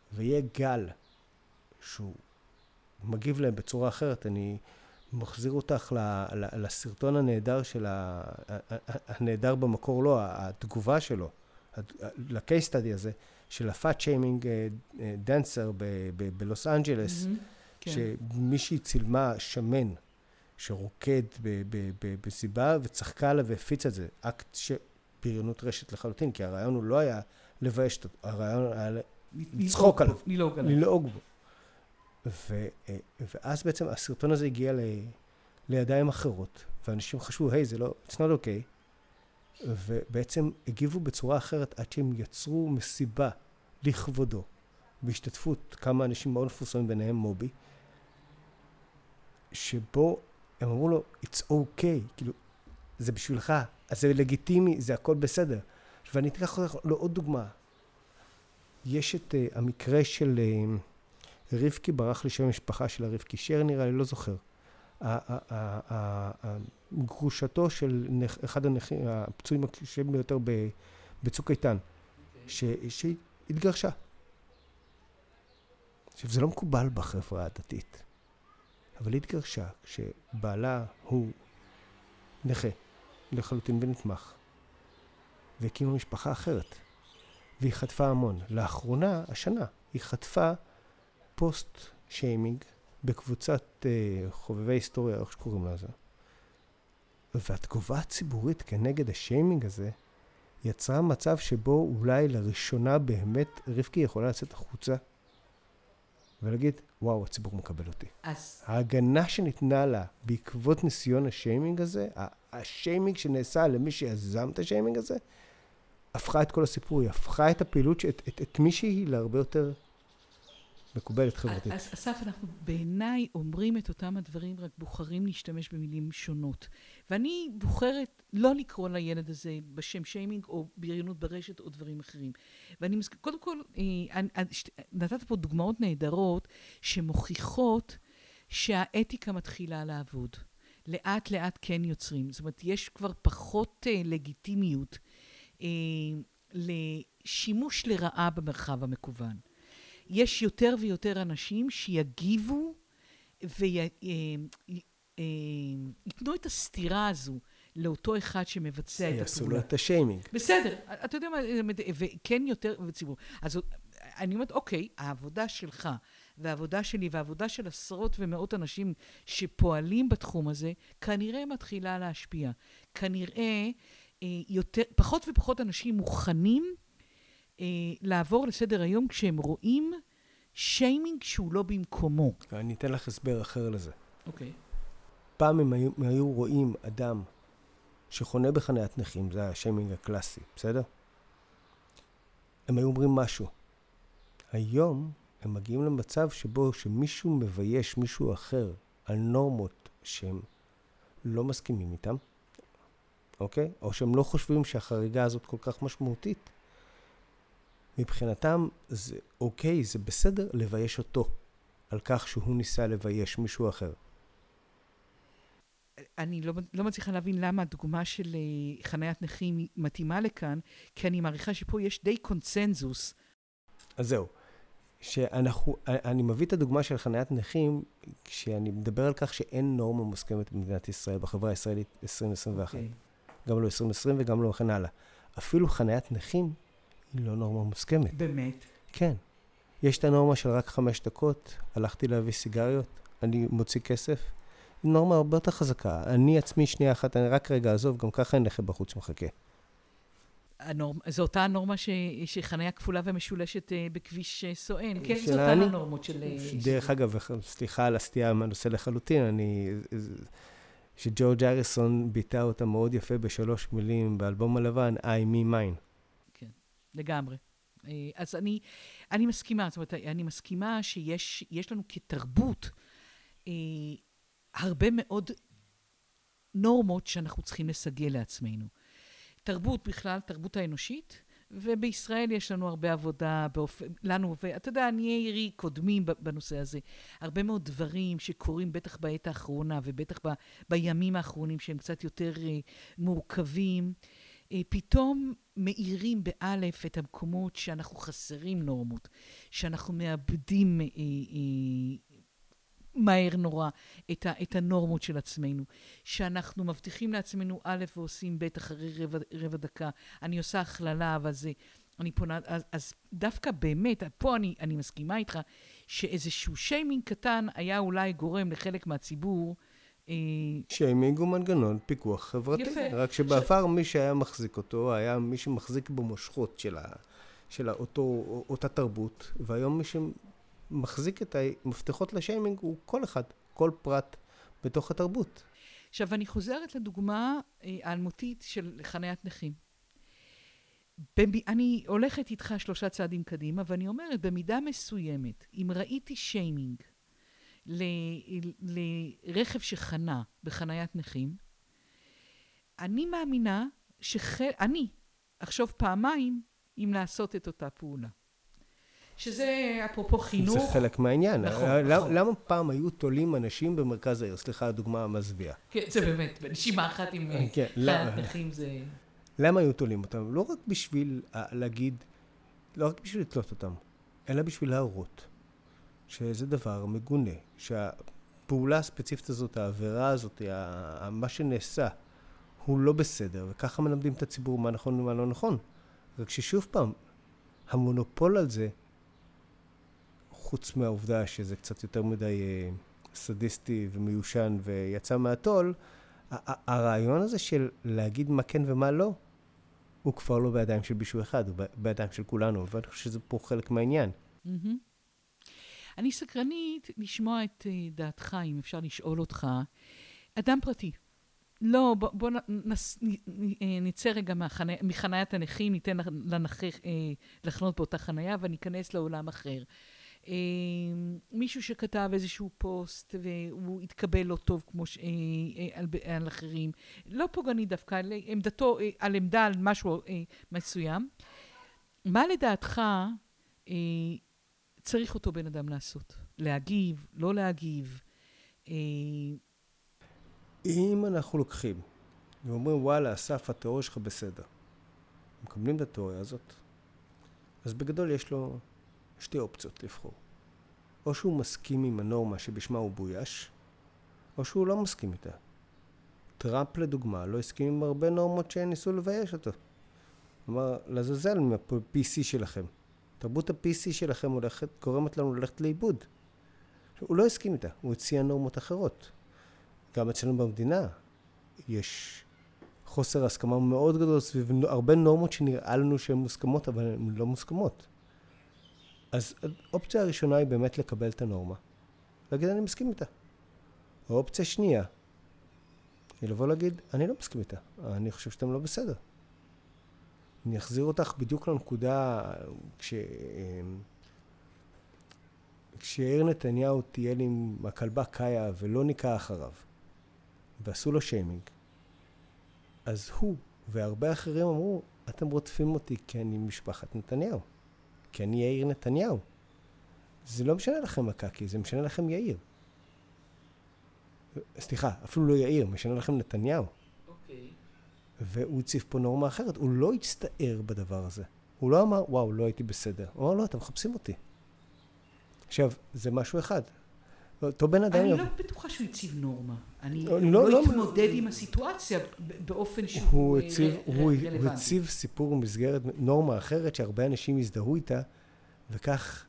Speaker 1: ויהיה גל שהוא מגיב להם בצורה אחרת, אני מחזיר אותך לסרטון הנהדר של ה... הנהדר במקור לא, התגובה שלו, לקייס סטאדי הזה, של הפאט שיימינג דנסר בלוס אנג'לס, שמישהי צילמה שמן שרוקד בסיבה וצחקה לה והפיץ את זה, אקט שבריונות רשת לחלוטין, כי הרעיון הוא לא היה לבייש אותו, הרעיון היה לצחוק עליו, ללעוג בו. ואז בעצם הסרטון הזה הגיע לידיים אחרות, ואנשים חשבו, היי, זה לא, it's not okay, ובעצם הגיבו בצורה אחרת עד שהם יצרו מסיבה לכבודו, בהשתתפות כמה אנשים מאוד מפורסמים ביניהם מובי, שבו הם אמרו לו, it's okay, כאילו, זה בשבילך, אז זה לגיטימי, זה הכל בסדר. ואני אתקח לו עוד דוגמה. יש את uh, המקרה של uh, רבקי, ברח לי שם המשפחה של הרבקי שר, נראה לי, לא זוכר. גרושתו של אחד הנכים, הפצועים הקשים ביותר בצוק איתן, שהתגרשה. עכשיו, זה לא מקובל בחברה הדתית, אבל היא התגרשה כשבעלה הוא נכה לחלוטין ונתמך, והקימה משפחה אחרת, והיא חטפה המון. לאחרונה, השנה, היא חטפה פוסט שיימינג, בקבוצת uh, חובבי היסטוריה, איך שקוראים לזה. והתגובה הציבורית כנגד השיימינג הזה, יצרה מצב שבו אולי לראשונה באמת רבקי יכולה לצאת החוצה, ולהגיד, וואו, הציבור מקבל אותי. אז... ההגנה שניתנה לה בעקבות ניסיון השיימינג הזה, השיימינג שנעשה למי שיזם את השיימינג הזה, הפכה את כל הסיפור, היא הפכה את הפעילות, את, את, את מי שהיא להרבה יותר... מקובלת חברתית.
Speaker 2: אז אסף, אנחנו בעיניי אומרים את אותם הדברים, רק בוחרים להשתמש במילים שונות. ואני בוחרת לא לקרוא לילד הזה בשם שיימינג, או בריונות ברשת, או דברים אחרים. ואני מסכים, קודם כל, נתת פה דוגמאות נהדרות, שמוכיחות שהאתיקה מתחילה לעבוד. לאט לאט כן יוצרים. זאת אומרת, יש כבר פחות לגיטימיות לשימוש לרעה במרחב המקוון. יש יותר ויותר אנשים שיגיבו וייתנו את הסתירה הזו לאותו אחד שמבצע את הפעולה.
Speaker 1: יעשו לו את השיימינג.
Speaker 2: בסדר, אתה יודע מה, וכן יותר בציבור. אז אני אומרת, אוקיי, העבודה שלך והעבודה שלי והעבודה של עשרות ומאות אנשים שפועלים בתחום הזה, כנראה מתחילה להשפיע. כנראה יותר, פחות ופחות אנשים מוכנים לעבור לסדר היום כשהם רואים שיימינג שהוא לא במקומו.
Speaker 1: אני אתן לך הסבר אחר לזה.
Speaker 2: אוקיי.
Speaker 1: פעם הם היו, הם היו רואים אדם שחונה בחניית נכים, זה השיימינג הקלאסי, בסדר? הם היו אומרים משהו. היום הם מגיעים למצב שבו שמישהו מבייש מישהו אחר על נורמות שהם לא מסכימים איתם, אוקיי? או שהם לא חושבים שהחריגה הזאת כל כך משמעותית. מבחינתם זה אוקיי, זה בסדר לבייש אותו על כך שהוא ניסה לבייש מישהו אחר.
Speaker 2: אני לא, לא מצליחה להבין למה הדוגמה של חניית נכים מתאימה לכאן, כי אני מעריכה שפה יש די קונצנזוס. אז
Speaker 1: זהו, שאנחנו, אני מביא את הדוגמה של חניית נכים, כשאני מדבר על כך שאין נורמה מוסכמת במדינת ישראל, בחברה הישראלית עשרים עשרים ואחת. Okay. גם לא עשרים עשרים וגם לא וכן הלאה. אפילו חניית נכים, היא לא נורמה מוסכמת.
Speaker 2: באמת?
Speaker 1: כן. יש את הנורמה של רק חמש דקות, הלכתי להביא סיגריות, אני מוציא כסף. היא נורמה הרבה יותר חזקה. אני עצמי שנייה אחת, אני רק רגע עזוב, גם ככה אין לך בחוץ מחכה.
Speaker 2: הנורמה, זו אותה הנורמה ש, שחניה כפולה ומשולשת uh, בכביש uh, סואן. כן, זו אותה הנורמות של...
Speaker 1: דרך אגב, סליחה על הסטייה מהנושא לחלוטין, אני... שג'ורג' אריסון ביטא אותה מאוד יפה בשלוש מילים באלבום הלבן, I, me, mine.
Speaker 2: לגמרי. אז אני, אני מסכימה, זאת אומרת, אני מסכימה שיש יש לנו כתרבות אה, הרבה מאוד נורמות שאנחנו צריכים לסגל לעצמנו. תרבות בכלל, תרבות האנושית, ובישראל יש לנו הרבה עבודה, באופ... לנו, ואתה יודע, אני עירי קודמים בנושא הזה, הרבה מאוד דברים שקורים בטח בעת האחרונה, ובטח ב... בימים האחרונים שהם קצת יותר אה, מורכבים, פתאום מאירים באלף את המקומות שאנחנו חסרים נורמות, שאנחנו מאבדים אה, אה, מהר נורא את, ה, את הנורמות של עצמנו, שאנחנו מבטיחים לעצמנו א' ועושים ב' אחרי רבע, רבע דקה. אני עושה הכללה, אבל זה, אני פונה, אז, אז דווקא באמת, פה אני, אני מסכימה איתך, שאיזשהו שיימינג קטן היה אולי גורם לחלק מהציבור,
Speaker 1: שיימינג הוא מנגנון פיקוח חברתי. יפה. רק שבעבר ש... מי שהיה מחזיק אותו, היה מי שמחזיק במושכות של, ה... של אותו, אותה תרבות, והיום מי שמחזיק את המפתחות לשיימינג הוא כל אחד, כל פרט בתוך התרבות.
Speaker 2: עכשיו, אני חוזרת לדוגמה האלמותית של חניית נכים. אני הולכת איתך שלושה צעדים קדימה, ואני אומרת, במידה מסוימת, אם ראיתי שיימינג, ל, לרכב שחנה בחניית נכים, אני מאמינה שאני אחשוב פעמיים אם לעשות את אותה פעולה. שזה אפרופו חינוך.
Speaker 1: זה חלק מהעניין.
Speaker 2: נכון,
Speaker 1: למה,
Speaker 2: נכון.
Speaker 1: למה פעם היו תולים אנשים במרכז העיר? סליחה, הדוגמה המזוויעה.
Speaker 2: כן, זה באמת, בנשימה אחת עם
Speaker 1: כן,
Speaker 2: חניית נכים זה...
Speaker 1: למה היו תולים אותם? לא רק בשביל להגיד, לא רק בשביל לתלות אותם, אלא בשביל להראות. שזה דבר מגונה, שהפעולה הספציפית הזאת, העבירה הזאת, מה שנעשה, הוא לא בסדר, וככה מלמדים את הציבור מה נכון ומה לא נכון. רק ששוב פעם, המונופול על זה, חוץ מהעובדה שזה קצת יותר מדי סדיסטי ומיושן ויצא מהטול, הרעיון הזה של להגיד מה כן ומה לא, הוא כבר לא בידיים של בישהו אחד, הוא בידיים של כולנו, ואני חושב שזה פה חלק מהעניין.
Speaker 2: Mm-hmm. אני סקרנית לשמוע את דעתך, אם אפשר לשאול אותך. אדם פרטי. לא, בוא, בוא נס, נצא רגע מהחני, מחניית הנכים, ניתן לנכה לחנות באותה חניה, וניכנס לעולם אחר. מישהו שכתב איזשהו פוסט, והוא התקבל לא טוב כמו ש, על, על אחרים. לא פוגעני דווקא, על עמדתו, על עמדה, על משהו מסוים. מה לדעתך... צריך אותו בן אדם לעשות? להגיב, לא להגיב?
Speaker 1: אם אנחנו לוקחים ואומרים, וואלה, אסף, התיאוריה שלך בסדר. מקבלים את התיאוריה הזאת, אז בגדול יש לו שתי אופציות לבחור. או שהוא מסכים עם הנורמה שבשמה הוא בויש, או שהוא לא מסכים איתה. טראמפ, לדוגמה, לא הסכים עם הרבה נורמות שניסו לבייש אותו. כלומר, לזלזל מה-פי סי שלכם. תרבות ה-פי סי שלכם הולכת, גורמת לנו ללכת לאיבוד. הוא לא הסכים איתה, הוא הציע נורמות אחרות. גם אצלנו במדינה יש חוסר הסכמה מאוד גדול סביב הרבה נורמות שנראה לנו שהן מוסכמות, אבל הן לא מוסכמות. אז האופציה הראשונה היא באמת לקבל את הנורמה. להגיד, אני מסכים איתה. האופציה השנייה היא לבוא להגיד, אני לא מסכים איתה. אני חושב שאתם לא בסדר. אני אחזיר אותך בדיוק לנקודה כש... כשיאיר נתניהו טייל עם הכלבה קאיה ולא ניקה אחריו, ועשו לו שיימינג, אז הוא והרבה אחרים אמרו, אתם רודפים אותי כי אני משפחת נתניהו, כי אני יאיר נתניהו. זה לא משנה לכם הקקי, זה משנה לכם יאיר. סליחה, אפילו לא יאיר, משנה לכם נתניהו.
Speaker 2: אוקיי.
Speaker 1: והוא הציף פה נורמה אחרת, הוא לא הצטער בדבר הזה. הוא לא אמר, וואו, לא הייתי בסדר. הוא אמר, לא, אתם מחפשים אותי. עכשיו, זה משהו אחד. אותו בן אדם...
Speaker 2: אני לא בטוחה שהוא הציב נורמה. אני לא התמודד עם הסיטואציה באופן שהוא רלוונטי.
Speaker 1: הוא הציב סיפור במסגרת נורמה אחרת, שהרבה אנשים הזדהו איתה, וכך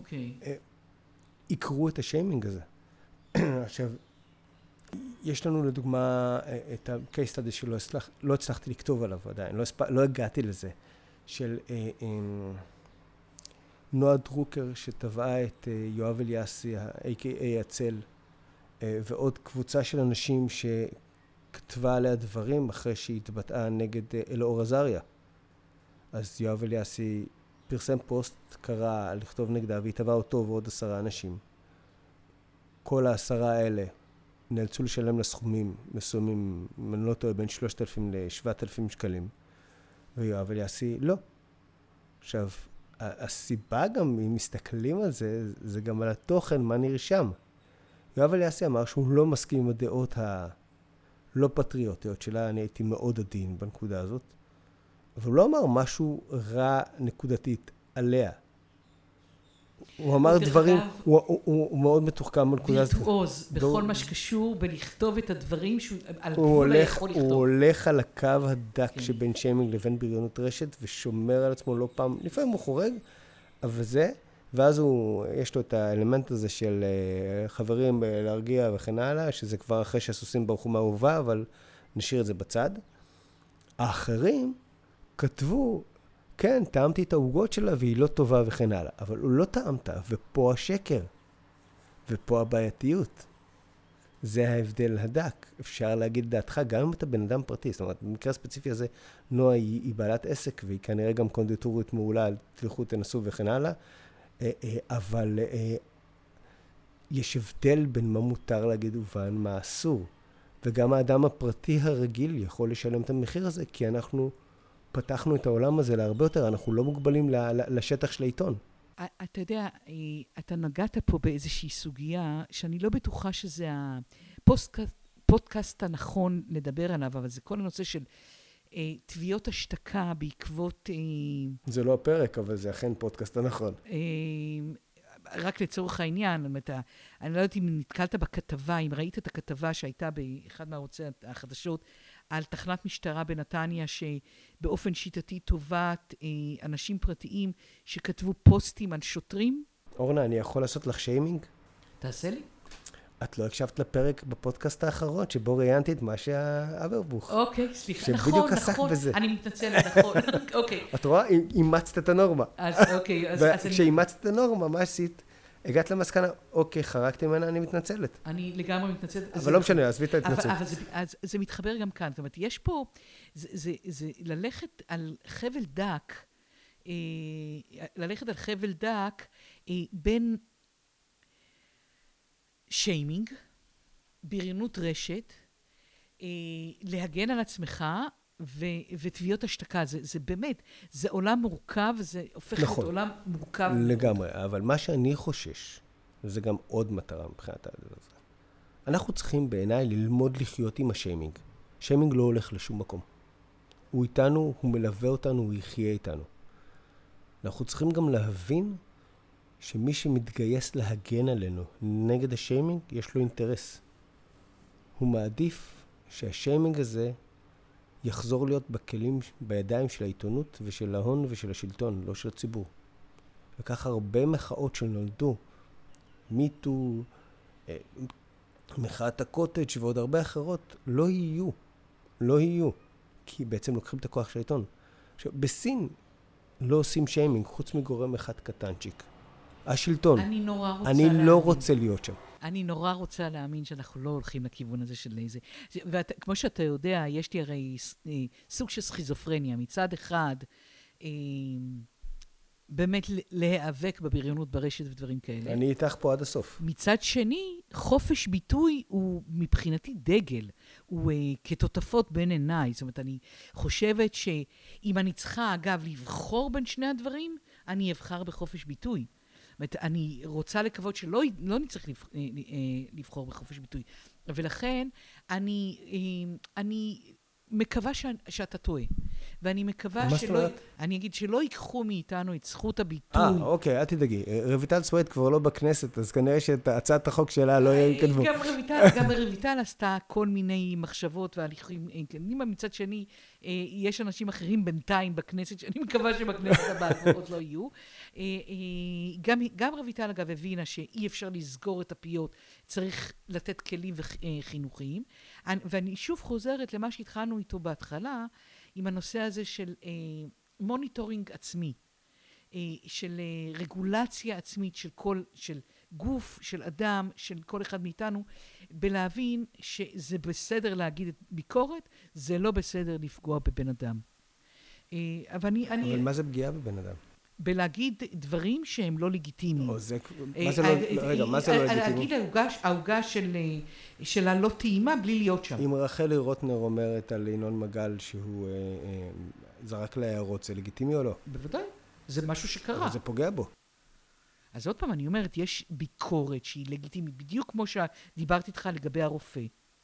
Speaker 1: יקרו את השיימינג הזה. עכשיו, יש לנו לדוגמה את ה-case study שלא לא הצלחתי לכתוב עליו עדיין, לא, לא הגעתי לזה, של אה, אה, נועה דרוקר שטבעה את אה, יואב אליאסי, ה-איי קיי איי הצל, אה, ועוד קבוצה של אנשים שכתבה עליה דברים אחרי שהיא התבטאה נגד אה, אלאור עזריה. אז יואב אליאסי פרסם פוסט, קרא לכתוב נגדה, והיא טבעה אותו ועוד עשרה אנשים. כל העשרה האלה נאלצו לשלם לסכומים מסוימים, אם אני לא טועה, בין שלושת אלפים לשבעת אלפים שקלים. ויואב אליאסי, לא. עכשיו, הסיבה גם, אם מסתכלים על זה, זה גם על התוכן, מה נרשם. יואב אליאסי אמר שהוא לא מסכים עם הדעות הלא פטריוטיות שלה, אני הייתי מאוד עדין בנקודה הזאת. אבל הוא לא אמר משהו רע נקודתית עליה. הוא אמר דברים,
Speaker 2: אגב,
Speaker 1: הוא, הוא, הוא, הוא מאוד מתוחכם בנקודה הזאת.
Speaker 2: וירטואוז, בכל
Speaker 1: דור...
Speaker 2: מה שקשור בלכתוב את הדברים שהוא על
Speaker 1: הוא
Speaker 2: גבול
Speaker 1: הולך,
Speaker 2: היכול
Speaker 1: הוא
Speaker 2: לכתוב.
Speaker 1: הולך על הקו הדק
Speaker 2: כן.
Speaker 1: שבין שיימינג לבין בריונות רשת, ושומר על עצמו לא פעם, לפעמים הוא חורג, אבל זה, ואז הוא, יש לו את האלמנט הזה של uh, חברים uh, להרגיע וכן הלאה, שזה כבר אחרי שהסוסים ברחו מהאהובה, אבל נשאיר את זה בצד. האחרים כתבו, כן, טעמתי את העוגות שלה והיא לא טובה וכן הלאה, אבל הוא לא טעמת, ופה השקר, ופה הבעייתיות. זה ההבדל הדק. אפשר להגיד דעתך גם אם אתה בן אדם פרטי. זאת אומרת, במקרה הספציפי הזה, נועה היא, היא בעלת עסק, והיא כנראה גם קונדיטורית מעולה, תלכו, תנסו וכן הלאה, אבל יש הבדל בין מה מותר להגיד ובין מה אסור. וגם האדם הפרטי הרגיל יכול לשלם את המחיר הזה, כי אנחנו פתחנו את העולם הזה להרבה יותר, אנחנו לא מוגבלים לשטח של העיתון.
Speaker 2: אתה יודע, אתה נגעת פה באיזושהי סוגיה, שאני לא בטוחה שזה הפודקאסט הנכון לדבר עליו, אבל זה כל הנושא של תביעות השתקה בעקבות...
Speaker 1: זה לא הפרק, אבל זה אכן פודקאסט הנכון.
Speaker 2: רק לצורך העניין, אני לא יודעת אם נתקלת בכתבה, אם ראית את הכתבה שהייתה באחד מהערוצי החדשות, על תחנת משטרה בנתניה, שבאופן שיטתי תובעת אנשים פרטיים שכתבו פוסטים על שוטרים.
Speaker 1: אורנה, אני יכול לעשות לך שיימינג?
Speaker 2: תעשה לי.
Speaker 1: את לא הקשבת לפרק בפודקאסט האחרון, שבו ראיינתי את מה שהאברבוך.
Speaker 2: אוקיי, סליחה, נכון,
Speaker 1: שבדיוק עסק בזה.
Speaker 2: אני מתנצלת, נכון, אוקיי.
Speaker 1: את רואה? אימצת את הנורמה.
Speaker 2: אז אוקיי, אז...
Speaker 1: וכשאימצת את הנורמה, מה עשית? הגעת למסקנה, אוקיי, חרקתי ממנה, אני מתנצלת.
Speaker 2: אני לגמרי מתנצלת.
Speaker 1: אבל לא משנה, עזבי את ההתנצלות.
Speaker 2: אבל זה, אז, זה מתחבר גם כאן. זאת אומרת, יש פה, זה, זה, זה ללכת על חבל דק, אה, ללכת על חבל דק אה, בין שיימינג, בריונות רשת, אה, להגן על עצמך, ו- ותביעות השתקה. זה, זה באמת, זה עולם מורכב, זה הופך
Speaker 1: נכון,
Speaker 2: להיות עולם מורכב.
Speaker 1: לגמרי, אבל מה שאני חושש, וזה גם עוד מטרה מבחינת הדבר הזה, אנחנו צריכים בעיניי ללמוד לחיות עם השיימינג. שיימינג לא הולך לשום מקום. הוא איתנו, הוא מלווה אותנו, הוא יחיה איתנו. אנחנו צריכים גם להבין שמי שמתגייס להגן עלינו נגד השיימינג, יש לו אינטרס. הוא מעדיף שהשיימינג הזה יחזור להיות בכלים, בידיים של העיתונות ושל ההון ושל השלטון, לא של הציבור. וכך הרבה מחאות שנולדו, מיטו, מחאת הקוטג' ועוד הרבה אחרות, לא יהיו. לא יהיו. כי בעצם לוקחים את הכוח של העיתון. עכשיו, בסין לא עושים שיימינג, חוץ מגורם אחד קטנצ'יק. השלטון.
Speaker 2: אני נורא רוצה
Speaker 1: אני
Speaker 2: להאמין.
Speaker 1: לא רוצה להיות שם.
Speaker 2: אני נורא רוצה להאמין שאנחנו לא הולכים לכיוון הזה של איזה... וכמו שאתה יודע, יש לי הרי סוג של סכיזופרניה. מצד אחד, באמת להיאבק בבריונות ברשת ודברים כאלה.
Speaker 1: אני איתך פה עד הסוף.
Speaker 2: מצד שני, חופש ביטוי הוא מבחינתי דגל. הוא כתותפות בין עיניי. זאת אומרת, אני חושבת שאם אני צריכה, אגב, לבחור בין שני הדברים, אני אבחר בחופש ביטוי. זאת אומרת, אני רוצה לקוות שלא לא נצטרך לבחור בחופש ביטוי. ולכן, אני, אני מקווה ש, שאתה טועה. ואני מקווה שלא... אני אגיד שלא ייקחו מאיתנו את זכות הביטוי.
Speaker 1: אה, אוקיי, אל תדאגי. רויטל סוויד כבר לא בכנסת, אז כנראה שאת הצעת החוק שלה לא יקדמו.
Speaker 2: גם רויטל, גם רויטל עשתה כל מיני מחשבות והליכים. מצד שני, יש אנשים אחרים בינתיים בכנסת, שאני מקווה שבכנסת הבאה עוד לא יהיו. גם, גם רויטל, אגב, הבינה שאי אפשר לסגור את הפיות, צריך לתת כלים חינוכיים. ואני שוב חוזרת למה שהתחלנו איתו בהתחלה, עם הנושא הזה של אה, מוניטורינג עצמי, אה, של אה, רגולציה עצמית של כל, של גוף, של אדם, של כל אחד מאיתנו, בלהבין שזה בסדר להגיד את ביקורת, זה לא בסדר לפגוע בבן אדם. אה, אבל אני...
Speaker 1: אבל
Speaker 2: אני,
Speaker 1: מה זה פגיעה בבן אדם?
Speaker 2: בלהגיד דברים שהם לא לגיטימיים.
Speaker 1: או זה, מה זה לא, רגע, מה זה לא לגיטימי?
Speaker 2: להגיד ההוגה של הלא טעימה בלי להיות שם.
Speaker 1: אם רחלי רוטנר אומרת על ינון מגל שהוא זרק להערות, זה לגיטימי או לא?
Speaker 2: בוודאי, זה משהו שקרה.
Speaker 1: אבל זה פוגע בו.
Speaker 2: אז עוד פעם, אני אומרת, יש ביקורת שהיא לגיטימית, בדיוק כמו שדיברתי איתך לגבי הרופא.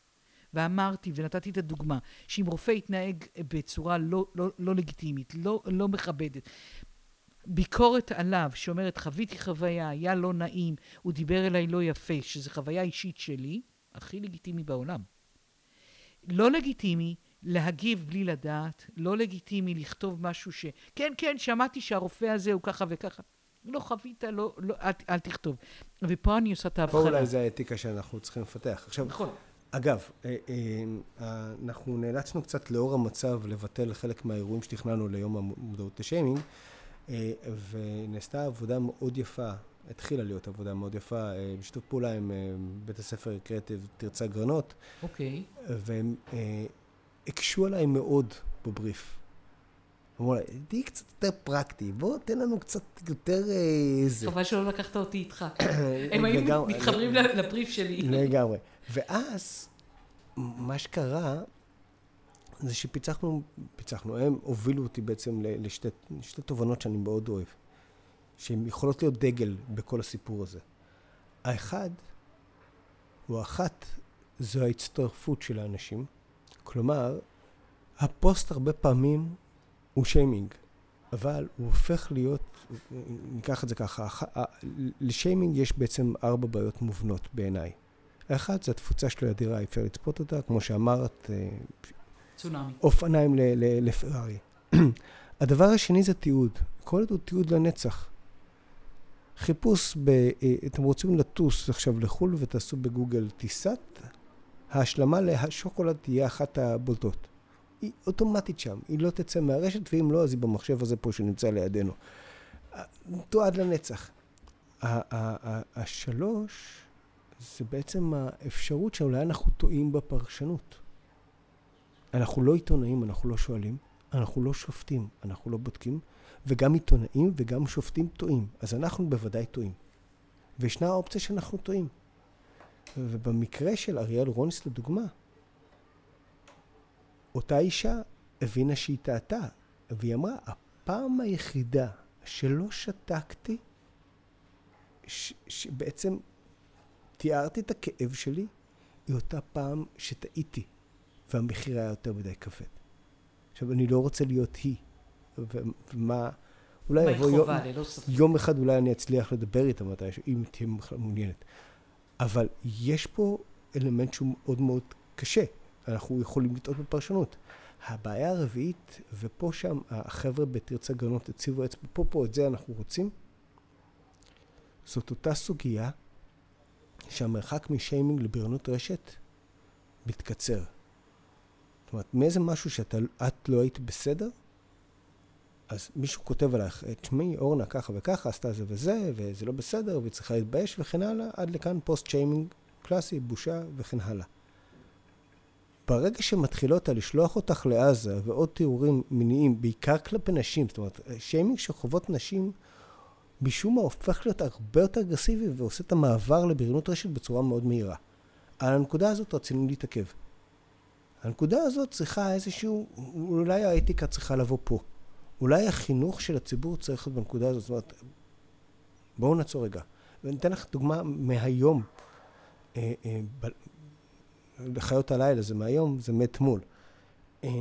Speaker 2: ואמרתי ונתתי את הדוגמה, שאם רופא יתנהג בצורה לא, לא, לא לגיטימית, לא, לא מכבדת, ביקורת עליו שאומרת חוויתי חוויה, היה לא נעים, הוא דיבר אליי לא יפה, שזו חוויה אישית שלי, הכי לגיטימי בעולם. לא לגיטימי להגיב בלי לדעת, לא לגיטימי לכתוב משהו ש... כן, כן, שמעתי שהרופא הזה הוא ככה וככה. לא חווית, לא, לא, אל, אל תכתוב. ופה אני עושה את ההבחנה.
Speaker 1: פה אולי זה האתיקה שאנחנו צריכים לפתח. עכשיו,
Speaker 2: נכון.
Speaker 1: אגב, אה, אה, אנחנו נאלצנו קצת לאור המצב לבטל חלק מהאירועים שתכננו ליום המודעות לשיימינג, אה, ונעשתה עבודה מאוד יפה, התחילה להיות עבודה מאוד יפה, אה, בשיתוף פעולה עם אה, בית הספר קריאטיב תרצה גרנות.
Speaker 2: אוקיי.
Speaker 1: והם אה, הקשו עליי מאוד בבריף. אמרו לה, תהי קצת יותר פרקטי, בוא תן לנו קצת יותר איזה.
Speaker 2: חבל שלא לקחת אותי איתך. הם היו מתחברים לבריף שלי.
Speaker 1: לגמרי. ואז, מה שקרה, זה שפיצחנו, פיצחנו, הם הובילו אותי בעצם לשתי, לשתי תובנות שאני מאוד אוהב, שהן יכולות להיות דגל בכל הסיפור הזה. האחד, הוא אחת, זו ההצטרפות של האנשים. כלומר, הפוסט הרבה פעמים הוא שיימינג, אבל הוא הופך להיות, ניקח את זה ככה, לשיימינג יש בעצם ארבע בעיות מובנות בעיניי. האחד זה התפוצה שלו אדירה, אפשר לצפות אותה, כמו שאמרת,
Speaker 2: צונאמי.
Speaker 1: אופניים לפרארי. הדבר השני זה תיעוד, כל זה הוא תיעוד לנצח. חיפוש, ב, אתם רוצים לטוס עכשיו לחול ותעשו בגוגל טיסת, ההשלמה לשוקולד תהיה אחת הבולטות. היא אוטומטית שם, היא לא תצא מהרשת, ואם לא, אז היא במחשב הזה פה שנמצא לידינו. תועד לנצח. השלוש, זה בעצם האפשרות שאולי אנחנו טועים בפרשנות. אנחנו לא עיתונאים, אנחנו לא שואלים, אנחנו לא שופטים, אנחנו לא בודקים, וגם עיתונאים וגם שופטים טועים. אז אנחנו בוודאי טועים. וישנה האופציה שאנחנו טועים. ובמקרה של אריאל רוניס לדוגמה, אותה אישה הבינה שהיא טעתה, והיא אמרה, הפעם היחידה שלא שתקתי, ש- שבעצם תיארתי את הכאב שלי, היא אותה פעם שטעיתי, והמחיר היה יותר מדי כבד. עכשיו, אני לא רוצה להיות היא, ומה... אולי יבוא יום, יום אחד אולי אני אצליח לדבר איתה מתישהו, אם תהיה מעוניינת. אבל יש פה אלמנט שהוא מאוד מאוד קשה. אנחנו יכולים לטעות בפרשנות. הבעיה הרביעית, ופה שם החבר'ה בתרצה גרנות הציבו אצבע, פה פה את זה אנחנו רוצים, זאת אותה סוגיה שהמרחק משיימינג לבריונות רשת מתקצר. זאת אומרת, מאיזה משהו שאת לא היית בסדר, אז מישהו כותב עליך, תשמעי, אורנה ככה וככה, עשתה זה וזה, וזה לא בסדר, והיא צריכה להתבייש וכן הלאה, עד לכאן פוסט שיימינג קלאסי, בושה וכן הלאה. ברגע שמתחילות על לשלוח אותך לעזה ועוד תיאורים מיניים, בעיקר כלפי נשים, זאת אומרת, שיימינג שחובות נשים, משום מה הופך להיות הרבה יותר אגרסיבי, ועושה את המעבר לבריונות רשת בצורה מאוד מהירה. על הנקודה הזאת רצינו להתעכב. הנקודה הזאת צריכה איזשהו, אולי האתיקה צריכה לבוא פה. אולי החינוך של הציבור צריך להיות בנקודה הזאת. זאת אומרת, בואו נעצור רגע. וניתן לך דוגמה מהיום. אה, אה, ב... לחיות הלילה, זה מהיום, זה מאתמול. אה,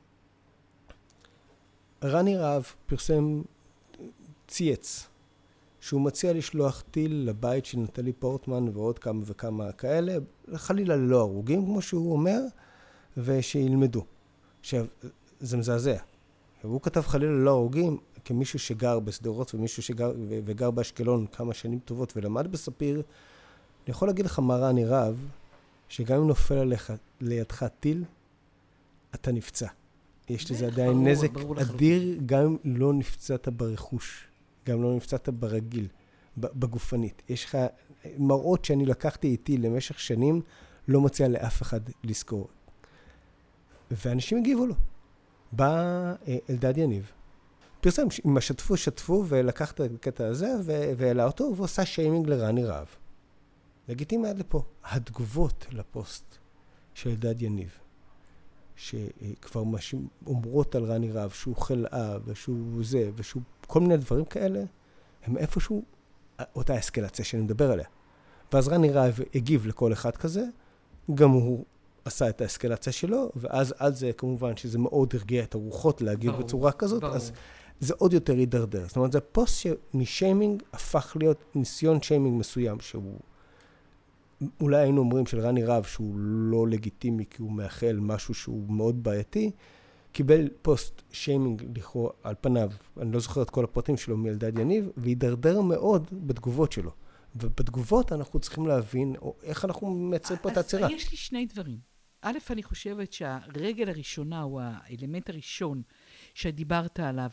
Speaker 1: רני רהב פרסם צייץ, שהוא מציע לשלוח טיל לבית של נטלי פורטמן ועוד כמה וכמה כאלה, חלילה ללא הרוגים, כמו שהוא אומר, ושילמדו. עכשיו, זה מזעזע. והוא כתב חלילה ללא הרוגים, כמישהו שגר בסדרות ומישהו שגר וגר באשקלון כמה שנים טובות ולמד בספיר, אני יכול להגיד לך מה רני רהב, שגם אם נופל עליך לידך טיל, אתה נפצע. יש לזה עדיין ברור, נזק ברור אדיר, לחלוטין. גם אם לא נפצעת ברכוש, גם לא נפצעת ברגיל, בגופנית. יש לך מראות שאני לקחתי איתי למשך שנים, לא מציע לאף אחד לזכור. ואנשים הגיבו לו. בא אלדד יניב, פרסם, אם השתפו, שתפו, ולקח את הקטע הזה, והעלה אותו, ועושה שיימינג לרני רהב. לגיטימי עד לפה. התגובות לפוסט של אלדד יניב, שכבר משהו אומרות על רני רהב, שהוא חלאה, ושהוא זה, ושהוא כל מיני דברים כאלה, הם איפשהו אותה אסקלציה שאני מדבר עליה. ואז רני רהב הגיב לכל אחד כזה, גם הוא עשה את האסקלציה שלו, ואז על זה כמובן שזה מאוד הרגיע את הרוחות להגיב ברור, בצורה כזאת, ברור. אז זה עוד יותר יידרדר. זאת אומרת, זה פוסט שמשיימינג הפך להיות ניסיון שיימינג מסוים, שהוא אולי היינו אומרים של רני רב, שהוא לא לגיטימי, כי הוא מאחל משהו שהוא מאוד בעייתי, קיבל פוסט שיימינג לכאורה על פניו, אני לא זוכר את כל הפרטים שלו מאלדד יניב, והידרדר מאוד בתגובות שלו. ובתגובות אנחנו צריכים להבין איך אנחנו מייצרים פה את העצירה.
Speaker 2: אז יש לי שני דברים. א', אני חושבת שהרגל הראשונה, או האלמנט הראשון שדיברת עליו,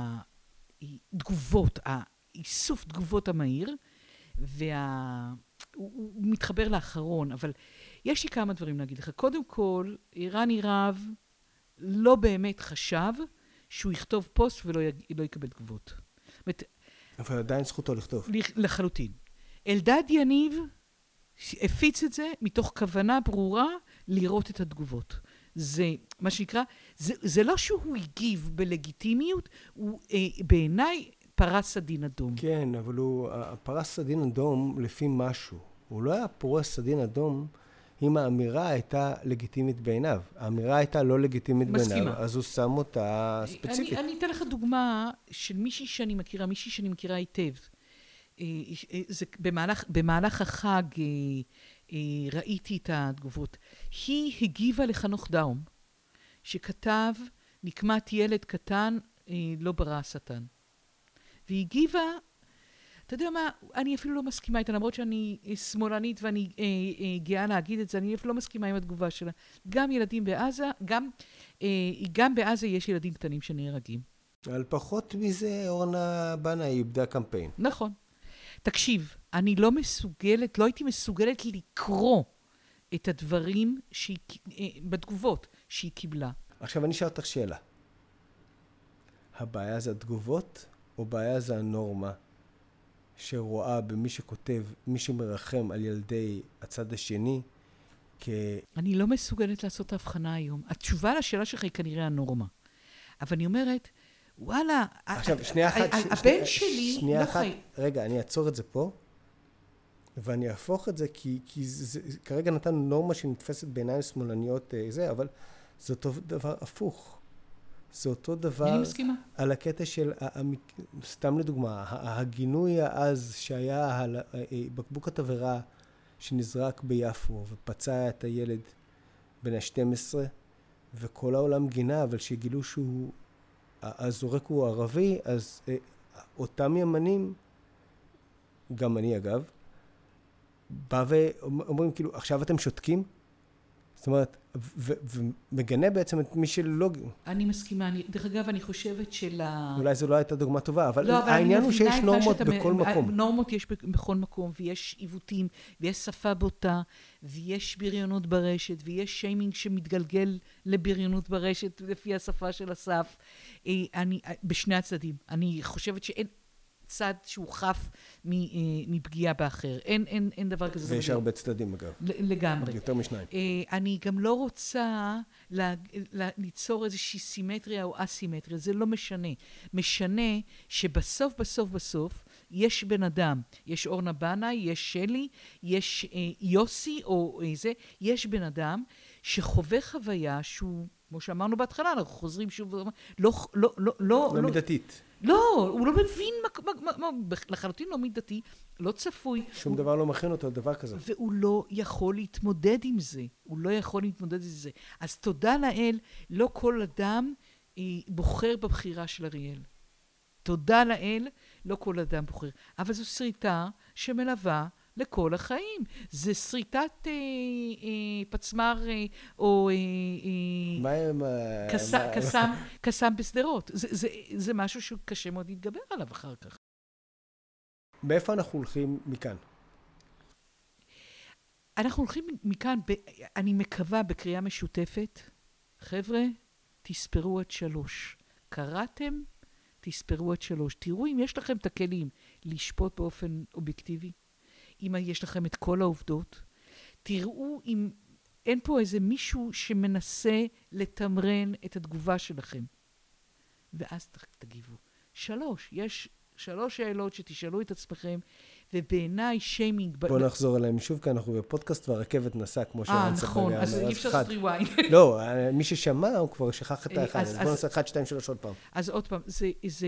Speaker 2: התגובות, האיסוף תגובות המהיר, וה... הוא, הוא מתחבר לאחרון, אבל יש לי כמה דברים להגיד לך. קודם כל, רני רב לא באמת חשב שהוא יכתוב פוסט ולא י... לא יקבל תגובות. זאת...
Speaker 1: אבל עדיין זכותו לכתוב.
Speaker 2: לחלוטין. אלדד יניב הפיץ את זה מתוך כוונה ברורה לראות את התגובות. זה מה שנקרא, זה, זה לא שהוא הגיב בלגיטימיות, הוא אה, בעיניי פרס סדין אדום.
Speaker 1: כן, אבל הוא פרס סדין אדום לפי משהו. הוא לא היה פורס סדין אדום אם האמירה הייתה לגיטימית בעיניו. האמירה הייתה לא לגיטימית מסכימה. בעיניו, אז הוא שם אותה ספציפית.
Speaker 2: אני, אני אתן לך דוגמה של מישהי שאני מכירה, מישהי שאני מכירה היטב. זה במהלך, במהלך החג ראיתי את התגובות. היא הגיבה לחנוך דאום, שכתב, נקמת ילד קטן, לא ברא השטן. והיא הגיבה, אתה יודע מה, אני אפילו לא מסכימה איתה, למרות שאני שמאלנית ואני אה, אה, גאה להגיד את זה, אני אפילו לא מסכימה עם התגובה שלה. גם ילדים בעזה, גם, אה, גם בעזה יש ילדים קטנים שנהרגים.
Speaker 1: על פחות מזה, אורנה בנה איבדה קמפיין.
Speaker 2: נכון. תקשיב, אני לא מסוגלת, לא הייתי מסוגלת לקרוא את הדברים שהיא, אה, בתגובות שהיא קיבלה.
Speaker 1: עכשיו אני אשאל אותך שאלה. הבעיה זה התגובות, או בעיה זה הנורמה שרואה במי שכותב, מי שמרחם על ילדי הצד השני, כ...
Speaker 2: אני לא מסוגלת לעשות את ההבחנה היום. התשובה לשאלה שלך היא כנראה הנורמה. אבל אני אומרת, וואלה,
Speaker 1: עכשיו, שנייה אחת,
Speaker 2: הבן שלי
Speaker 1: שנייה אחת, רגע, אני אעצור את זה פה, ואני אהפוך את זה, כי, כי זה, כרגע נתן נורמה שנתפסת בעיניים שמאלניות זה, אבל זה אותו דבר הפוך. זה אותו דבר על הקטע של, סתם לדוגמה, הגינוי העז שהיה על בקבוק התבערה שנזרק ביפו ופצע את הילד בן ה-שתים עשרה, וכל העולם גינה, אבל שגילו שהוא, הזורק הוא ערבי, אז אותם ימנים, גם אני אגב, בא ואומרים כאילו, עכשיו אתם שותקים? זאת אומרת, ומגנה בעצם את מי שלא...
Speaker 2: אני מסכימה. דרך אגב, אני חושבת של...
Speaker 1: אולי זו לא הייתה דוגמה טובה, אבל העניין הוא שיש נורמות בכל מקום.
Speaker 2: נורמות יש בכל מקום, ויש עיוותים, ויש שפה בוטה, ויש בריונות ברשת, ויש שיימינג שמתגלגל לבריונות ברשת לפי השפה של הסף. אני, בשני הצדדים. אני חושבת שאין... צד שהוא חף מפגיעה באחר. אין, אין, אין דבר כזה.
Speaker 1: ויש הרבה צדדים אגב.
Speaker 2: לגמרי.
Speaker 1: יותר משניים.
Speaker 2: אני גם לא רוצה ליצור איזושהי סימטריה או אסימטריה. זה לא משנה. משנה שבסוף, בסוף, בסוף, יש בן אדם. יש אורנה בנאי, יש שלי, יש יוסי או איזה. יש בן אדם שחווה חוויה שהוא, כמו שאמרנו בהתחלה, אנחנו חוזרים שוב, לא, לא, לא, לא,
Speaker 1: לא מידתית.
Speaker 2: לא, הוא לא מבין, מה, מה, מה, לחלוטין לא מידתי, לא צפוי.
Speaker 1: שום דבר לא מכין אותו, דבר כזה.
Speaker 2: והוא לא יכול להתמודד עם זה. הוא לא יכול להתמודד עם זה. אז תודה לאל, לא כל אדם בוחר בבחירה של אריאל. תודה לאל, לא כל אדם בוחר. אבל זו שריטה שמלווה לכל החיים. זה שריטת אה, אה, פצמר אה, או אה,
Speaker 1: מה הם...
Speaker 2: קס, מה... קסם, קסם בסדרות. זה, זה, זה משהו שקשה מאוד להתגבר עליו אחר כך.
Speaker 1: מאיפה אנחנו הולכים מכאן?
Speaker 2: אנחנו הולכים מכאן, ב, אני מקווה בקריאה משותפת. חבר'ה, תספרו עד שלוש. קראתם? תספרו עד שלוש. תראו אם יש לכם את הכלים לשפוט באופן אובייקטיבי. אם יש לכם את כל העובדות, תראו אם אין פה איזה מישהו שמנסה לתמרן את התגובה שלכם. ואז תגיבו. שלוש, יש שלוש שאלות שתשאלו את עצמכם, ובעיניי שיימינג...
Speaker 1: בוא נחזור עליהם שוב, כי אנחנו בפודקאסט והרכבת נסע, כמו שערן ספר.
Speaker 2: אה, נכון, אז אי אפשר לעשות ריוויינד.
Speaker 1: לא, מי ששמע, הוא כבר שכח את האחד. אז בוא נעשה אחת, שתיים, שלוש עוד פעם.
Speaker 2: אז עוד פעם, זה...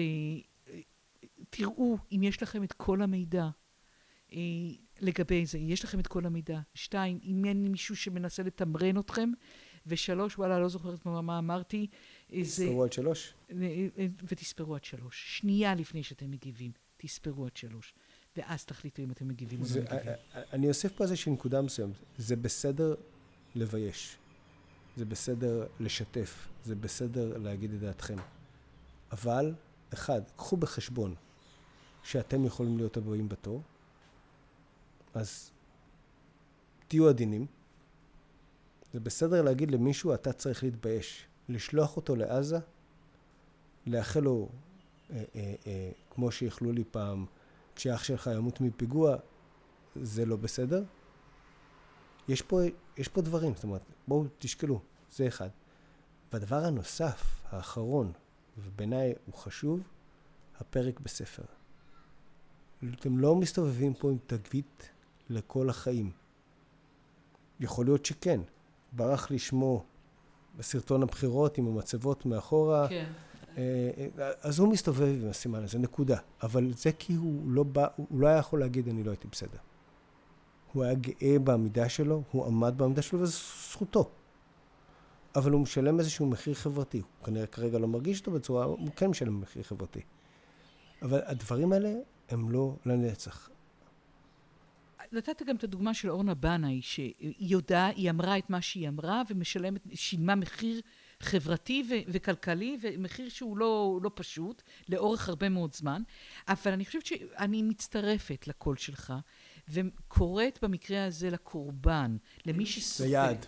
Speaker 2: תראו אם יש לכם את כל המידע לגבי זה, יש לכם את כל המידע. שתיים, אם אין מישהו שמנסה לתמרן אתכם, ושלוש, וואלה, לא זוכרת מה אמרתי.
Speaker 1: תספרו עד שלוש.
Speaker 2: ותספרו עד שלוש. שנייה לפני שאתם מגיבים, תספרו עד שלוש. ואז תחליטו אם אתם מגיבים או לא מגיבים.
Speaker 1: אני אוסיף פה איזושהי נקודה מסוימת. זה בסדר לבייש. זה בסדר לשתף. זה בסדר להגיד את דעתכם. אבל, אחד, קחו בחשבון שאתם יכולים להיות הבאים בתור. אז תהיו עדינים. זה בסדר להגיד למישהו, אתה צריך להתבייש. לשלוח אותו לעזה, לאחל לו, אה, אה, אה, כמו שיכלו לי פעם, כשאח שלך ימות מפיגוע, זה לא בסדר. יש פה, יש פה דברים, זאת אומרת, בואו תשקלו, זה אחד. והדבר הנוסף, האחרון, ובעיניי הוא חשוב, הפרק בספר. אתם לא מסתובבים פה עם תגvית לכל החיים. יכול להיות שכן. ברח לי שמו בסרטון הבחירות עם המצבות מאחורה.
Speaker 2: כן.
Speaker 1: אז הוא מסתובב עם הסימן הזה, נקודה. אבל זה כי הוא לא בא, הוא לא היה יכול להגיד, אני לא הייתי בסדר. הוא היה גאה בעמידה שלו, הוא עמד בעמידה שלו, וזו זכותו. אבל הוא משלם איזשהו מחיר חברתי. הוא כנראה כרגע לא מרגיש אותו בצורה, הוא כן משלם מחיר חברתי. אבל הדברים האלה הם לא לנצח.
Speaker 2: נתת גם את הדוגמה של אורנה בנאי, שהיא יודעה, היא אמרה את מה שהיא אמרה, ומשלמת, שילמה מחיר חברתי ו- וכלכלי, ומחיר שהוא לא, לא פשוט, לאורך הרבה מאוד זמן. אבל אני חושבת שאני מצטרפת לקול שלך, וקוראת במקרה הזה לקורבן, למי שסופר.
Speaker 1: זה יעד.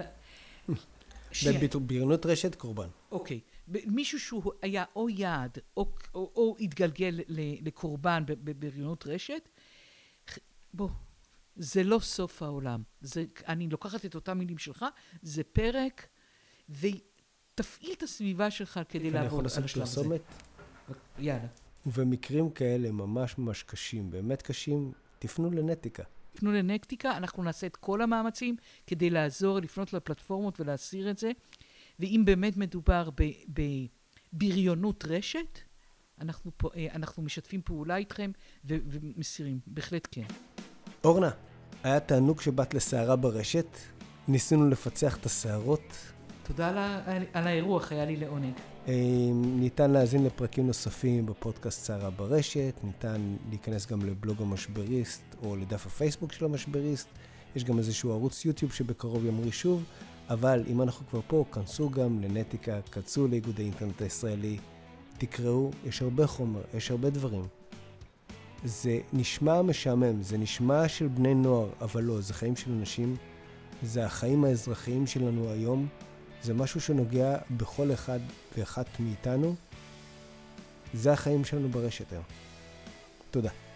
Speaker 1: בבריונות רשת קורבן.
Speaker 2: אוקיי. מישהו שהוא היה או יעד, או, או, או התגלגל לקורבן בבריונות רשת, בוא, זה לא סוף העולם. זה, אני לוקחת את אותם מילים שלך, זה פרק, ותפעיל את הסביבה שלך כדי לעבוד על השלב הזה.
Speaker 1: פרסומת?
Speaker 2: יאללה.
Speaker 1: ובמקרים כאלה ממש ממש קשים, באמת קשים, תפנו לנטיקה.
Speaker 2: תפנו לנטיקה, אנחנו נעשה את כל המאמצים כדי לעזור, לפנות לפלטפורמות ולהסיר את זה, ואם באמת מדובר בבריונות רשת, אנחנו, פה, אנחנו משתפים פעולה איתכם ו- ומסירים, בהחלט כן.
Speaker 1: אורנה, היה תענוג שבאת לסערה ברשת, ניסינו לפצח את הסערות.
Speaker 2: תודה על, ה- על האירוח, היה לי לעונג.
Speaker 1: ניתן להאזין לפרקים נוספים בפודקאסט סערה ברשת, ניתן להיכנס גם לבלוג המשבריסט או לדף הפייסבוק של המשבריסט, יש גם איזשהו ערוץ יוטיוב שבקרוב ימריא שוב, אבל אם אנחנו כבר פה, כנסו גם לנטיקה, כנסו לאיגוד האינטרנט הישראלי, תקראו, יש הרבה חומר, יש הרבה דברים. זה נשמע משעמם, זה נשמע של בני נוער, אבל לא, זה חיים של אנשים, זה החיים האזרחיים שלנו היום, זה משהו שנוגע בכל אחד ואחת מאיתנו, זה החיים שלנו ברשת היום. תודה.